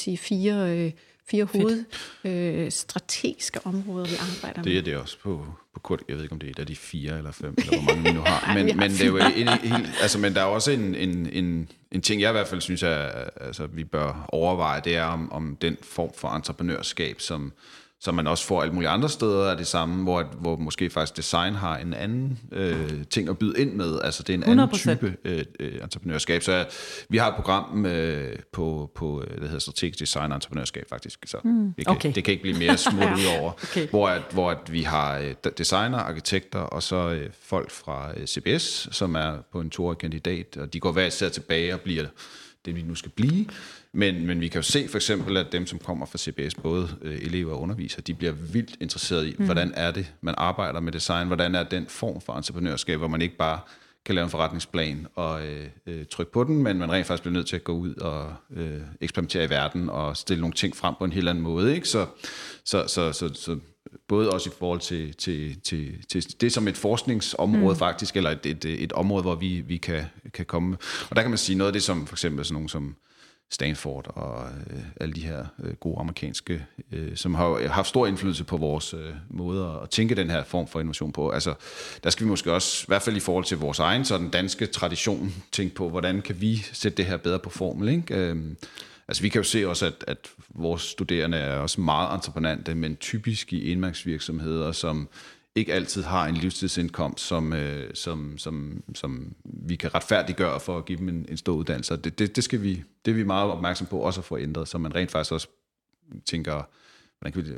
4 hovedstrategiske områder, vi arbejder med.
Det er det også på kort. Jeg ved ikke, om det er et af de 4 eller 5, eller hvor mange vi nu har. Men det er jo men der er også en ting, jeg i hvert fald synes, at vi bør overveje, det er om den form for entreprenørskab, som man også får alle mulige andre steder af det samme, hvor måske faktisk design har en anden ting at byde ind med. Altså det er en 100%. Anden type entreprenørskab. Så vi har et program på det hedder strategisk design og entreprenørskab faktisk. Så det kan ikke blive mere smurt ud over. Hvor at vi har designer, arkitekter og så folk fra CBS, som er på en 2-årig kandidat, og de går hver især tilbage og bliver det, vi nu skal blive. Men vi kan jo se for eksempel, at dem, som kommer fra CBS, både elever og undervisere, de bliver vildt interesserede i, hvordan er det, man arbejder med design, hvordan er den form for entreprenørskab, hvor man ikke bare kan lave en forretningsplan og trykke på den, men man rent faktisk bliver nødt til at gå ud og eksperimentere i verden og stille nogle ting frem på en helt anden måde. Ikke? Så både også i forhold til det som et forskningsområde faktisk, eller et område, hvor vi kan komme. Og der kan man sige noget af det, som for eksempel sådan nogle som Stanford og alle de her gode amerikanske, som har haft stor indflydelse på vores måde at tænke den her form for innovation på. Altså, der skal vi måske også, i hvert fald i forhold til vores egen sådan danske tradition, tænke på, hvordan kan vi sætte det her bedre på formel, ikke? Altså vi kan jo se også, at vores studerende er også meget entreprenante, men typisk i enmandsvirksomheder, som ikke altid har en livstidsindkomst, som vi kan retfærdiggøre for at give dem en stor uddannelse. Det er vi meget opmærksom på også at få ændret, så man rent faktisk også tænker, hvordan kan vi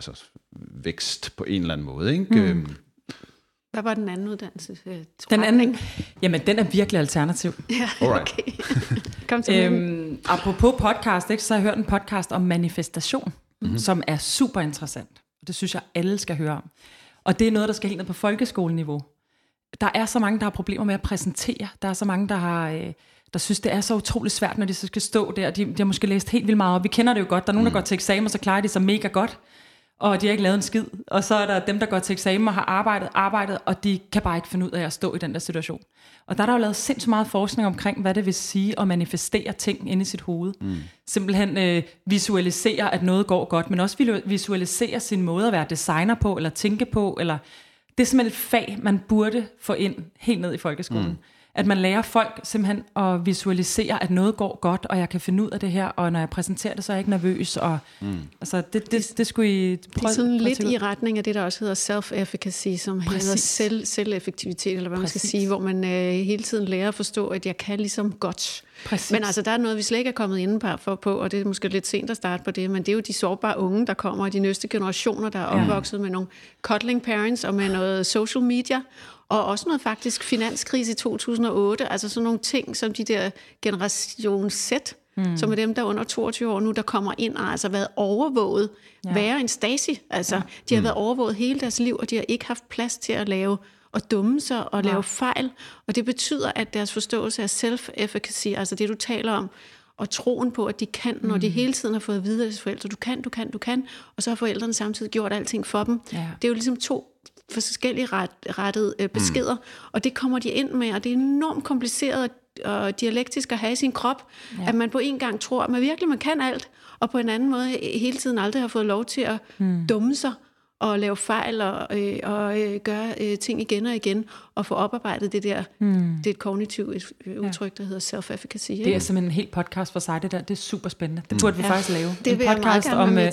vækst på en eller anden måde, ikke?
Hvad var den anden uddannelse?
Den anden, jamen den er virkelig alternativ.
Ja, okay. Kom til
apropos podcast, ikke, så har jeg hørt en podcast om manifestation, som er super interessant. Det synes jeg, alle skal høre om. Og det er noget, der skal helt ned på folkeskoleniveau. Der er så mange, der har problemer med at præsentere. Der er så mange, der synes, det er så utroligt svært, når de så skal stå der. De har måske læst helt vildt meget op. Vi kender det jo godt. Der er nogen, der går til eksamen, og så klarer de sig mega godt. Og de har ikke lavet en skid. Og så er der dem, der går til eksamen og har arbejdet, og de kan bare ikke finde ud af at stå i den der situation. Og der er jo lavet sindssygt meget forskning omkring, hvad det vil sige at manifestere ting inde i sit hoved. Simpelthen visualisere, at noget går godt, men også visualisere sin måde at være designer på, eller tænke på, eller det er simpelthen et fag, man burde få ind helt ned i folkeskolen. At man lærer folk simpelthen at visualisere, at noget går godt, og jeg kan finde ud af det her, og når jeg præsenterer det, så er jeg ikke nervøs. Og, altså, det skulle I prøve.
Det er sådan lidt i retning af det, der også hedder self-efficacy, som hedder selveffektivitet, eller hvad man skal sige, hvor man hele tiden lærer at forstå, at jeg kan ligesom godt.
Præcis.
Men altså, der er noget, vi slet ikke er kommet inde på, og det er måske lidt sent at starte på det, men det er jo de sårbare unge, der kommer, og de næste generationer, der er opvokset med nogle cuddling parents, og med noget social media, og også noget faktisk finanskrise i 2008, altså sådan nogle ting, som de der generation Z, som er dem, der er under 22 år nu, der kommer ind og altså været overvåget, værre end Stasi. Altså, de har været overvåget hele deres liv, og de har ikke haft plads til at lave og dumme sig og lave fejl. Og det betyder, at deres forståelse af self-efficacy, altså det, du taler om, og troen på, at de kan, når de hele tiden har fået at vide af deres forældre, du kan, og så har forældrene samtidig gjort alting for dem. Ja. Det er jo ligesom to forskellige rettede beskeder, og det kommer de ind med, og det er enormt kompliceret, og dialektisk at have i sin krop, at man på en gang tror, at man kan alt, og på en anden måde hele tiden aldrig har fået lov til at dumme sig, og lave fejl og gøre ting igen og igen, og få oparbejdet det der. Det er et kognitivt udtryk, der hedder self-efficacy.
Det er simpelthen en helt podcast for sig, det der. Det er super spændende. Det burde vi faktisk lave.
Det
en podcast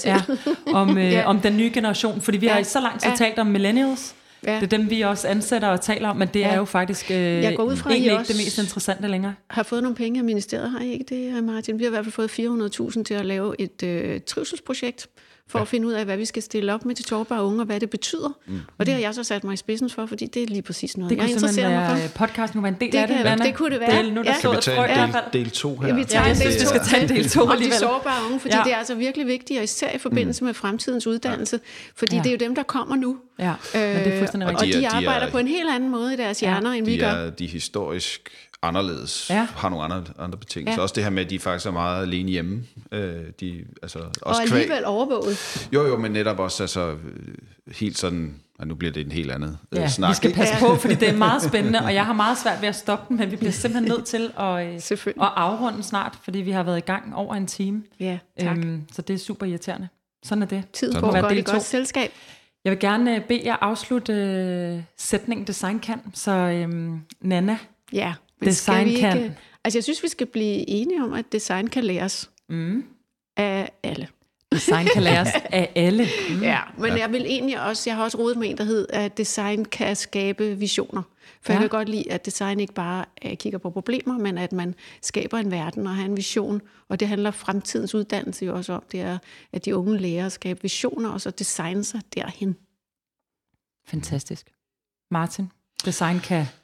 om den nye generation, fordi vi har i så lang tid talt om millennials. Ja. Det er dem, vi også ansætter og taler om, men det er jo faktisk
jeg går ud fra,
egentlig ikke det mest interessante længere.
Har fået nogle penge af ministeriet, har I ikke det, Martin? Vi har i hvert fald fået 400.000 til at lave et trivselsprojekt, for at finde ud af, hvad vi skal stille op med til sårbare unge, og hvad det betyder. Og det har jeg så sat mig i spidsen for, fordi det er lige præcis noget, jeg interesserer mig for. Det
kunne podcasten være en del af det.
Det kunne det være.
Nu kan vi tage del 2 her.
Vi tager
jeg synes, vi skal tage del 2
om de sårbare unge, fordi det er altså virkelig vigtigt, og især i forbindelse med fremtidens uddannelse, fordi det er jo dem, der kommer nu.
Ja, men det er fuldstændig rigtigt.
Og de arbejder på en helt anden måde i deres hjerner, end vi gør.
De er historisk anderledes, har nogle andre betingelser. Også det her med, at de faktisk er meget alene hjemme. Også
og alligevel overvåget.
Jo, men netop også helt sådan, og nu bliver det en helt andet snak.
Vi skal passe på, fordi det er meget spændende, og jeg har meget svært ved at stoppe den, men vi bliver simpelthen nødt til at afrunde snart, fordi vi har været i gang over en time.
Ja, tak.
Så det er super irriterende. Sådan er det.
Tiden går godt i godt selskab.
Jeg vil gerne bede jer afslutte sætningen design kan, så Nanna, design kan.
Altså jeg synes, vi skal blive enige om, at design kan læres af alle.
Design kan læres af alle.
Ja, men jeg vil egentlig også, jeg har også rodet med en, der hed, at design kan skabe visioner. For jeg kan godt lide, at design ikke bare kigger på problemer, men at man skaber en verden og har en vision. Og det handler fremtidens uddannelse jo også om, det er, at de unge lærer at skabe visioner, og så designe sig derhen.
Fantastisk. Martin, design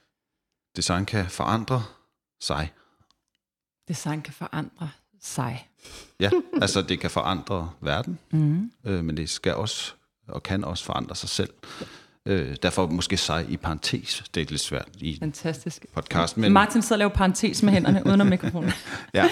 kan
forandre sig.
Design kan forandre sig.
Ja, altså det kan forandre verden, men det skal også, og kan også forandre sig selv. Derfor måske sig i parentes. Det er lidt svært i podcast. Men
Martin sidder og laver parentes med hænderne uden om mikrofonen.
Ja,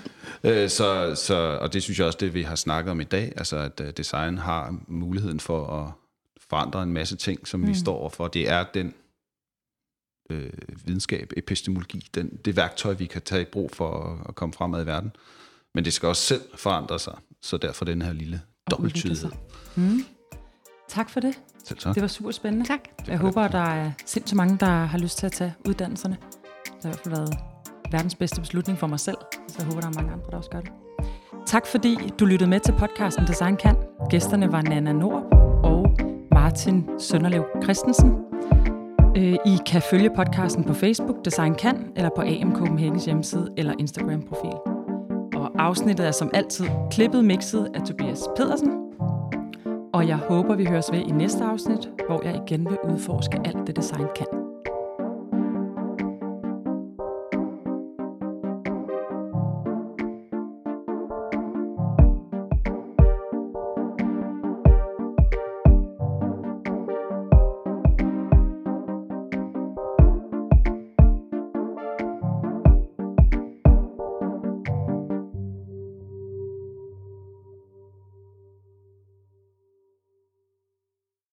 og det synes jeg også, det vi har snakket om i dag, altså at design har muligheden for at forandre en masse ting, som vi står overfor. Det er den videnskab, epistemologi, det værktøj, vi kan tage i brug for at komme fremad i verden. Men det skal også selv forandre sig, så derfor den her lille dobbelttydighed.
Tak for det.
Selv tak.
Det var super spændende.
Tak.
Jeg håber, at der er sindssygt mange, der har lyst til at tage uddannelserne. Det har i hvert fald været verdens bedste beslutning for mig selv, så jeg håber, der er mange andre, der også gør det. Tak fordi du lyttede med til podcasten Design Kan. Gæsterne var Nanna Norup og Martin Sønderlev Christensen. I kan følge podcasten på Facebook, Design Kan, eller på AM Copenhagens hjemmeside eller Instagram-profil. Og afsnittet er som altid klippet mixet af Tobias Pedersen. Og jeg håber, vi høres ved i næste afsnit, hvor jeg igen vil udforske alt det design kan.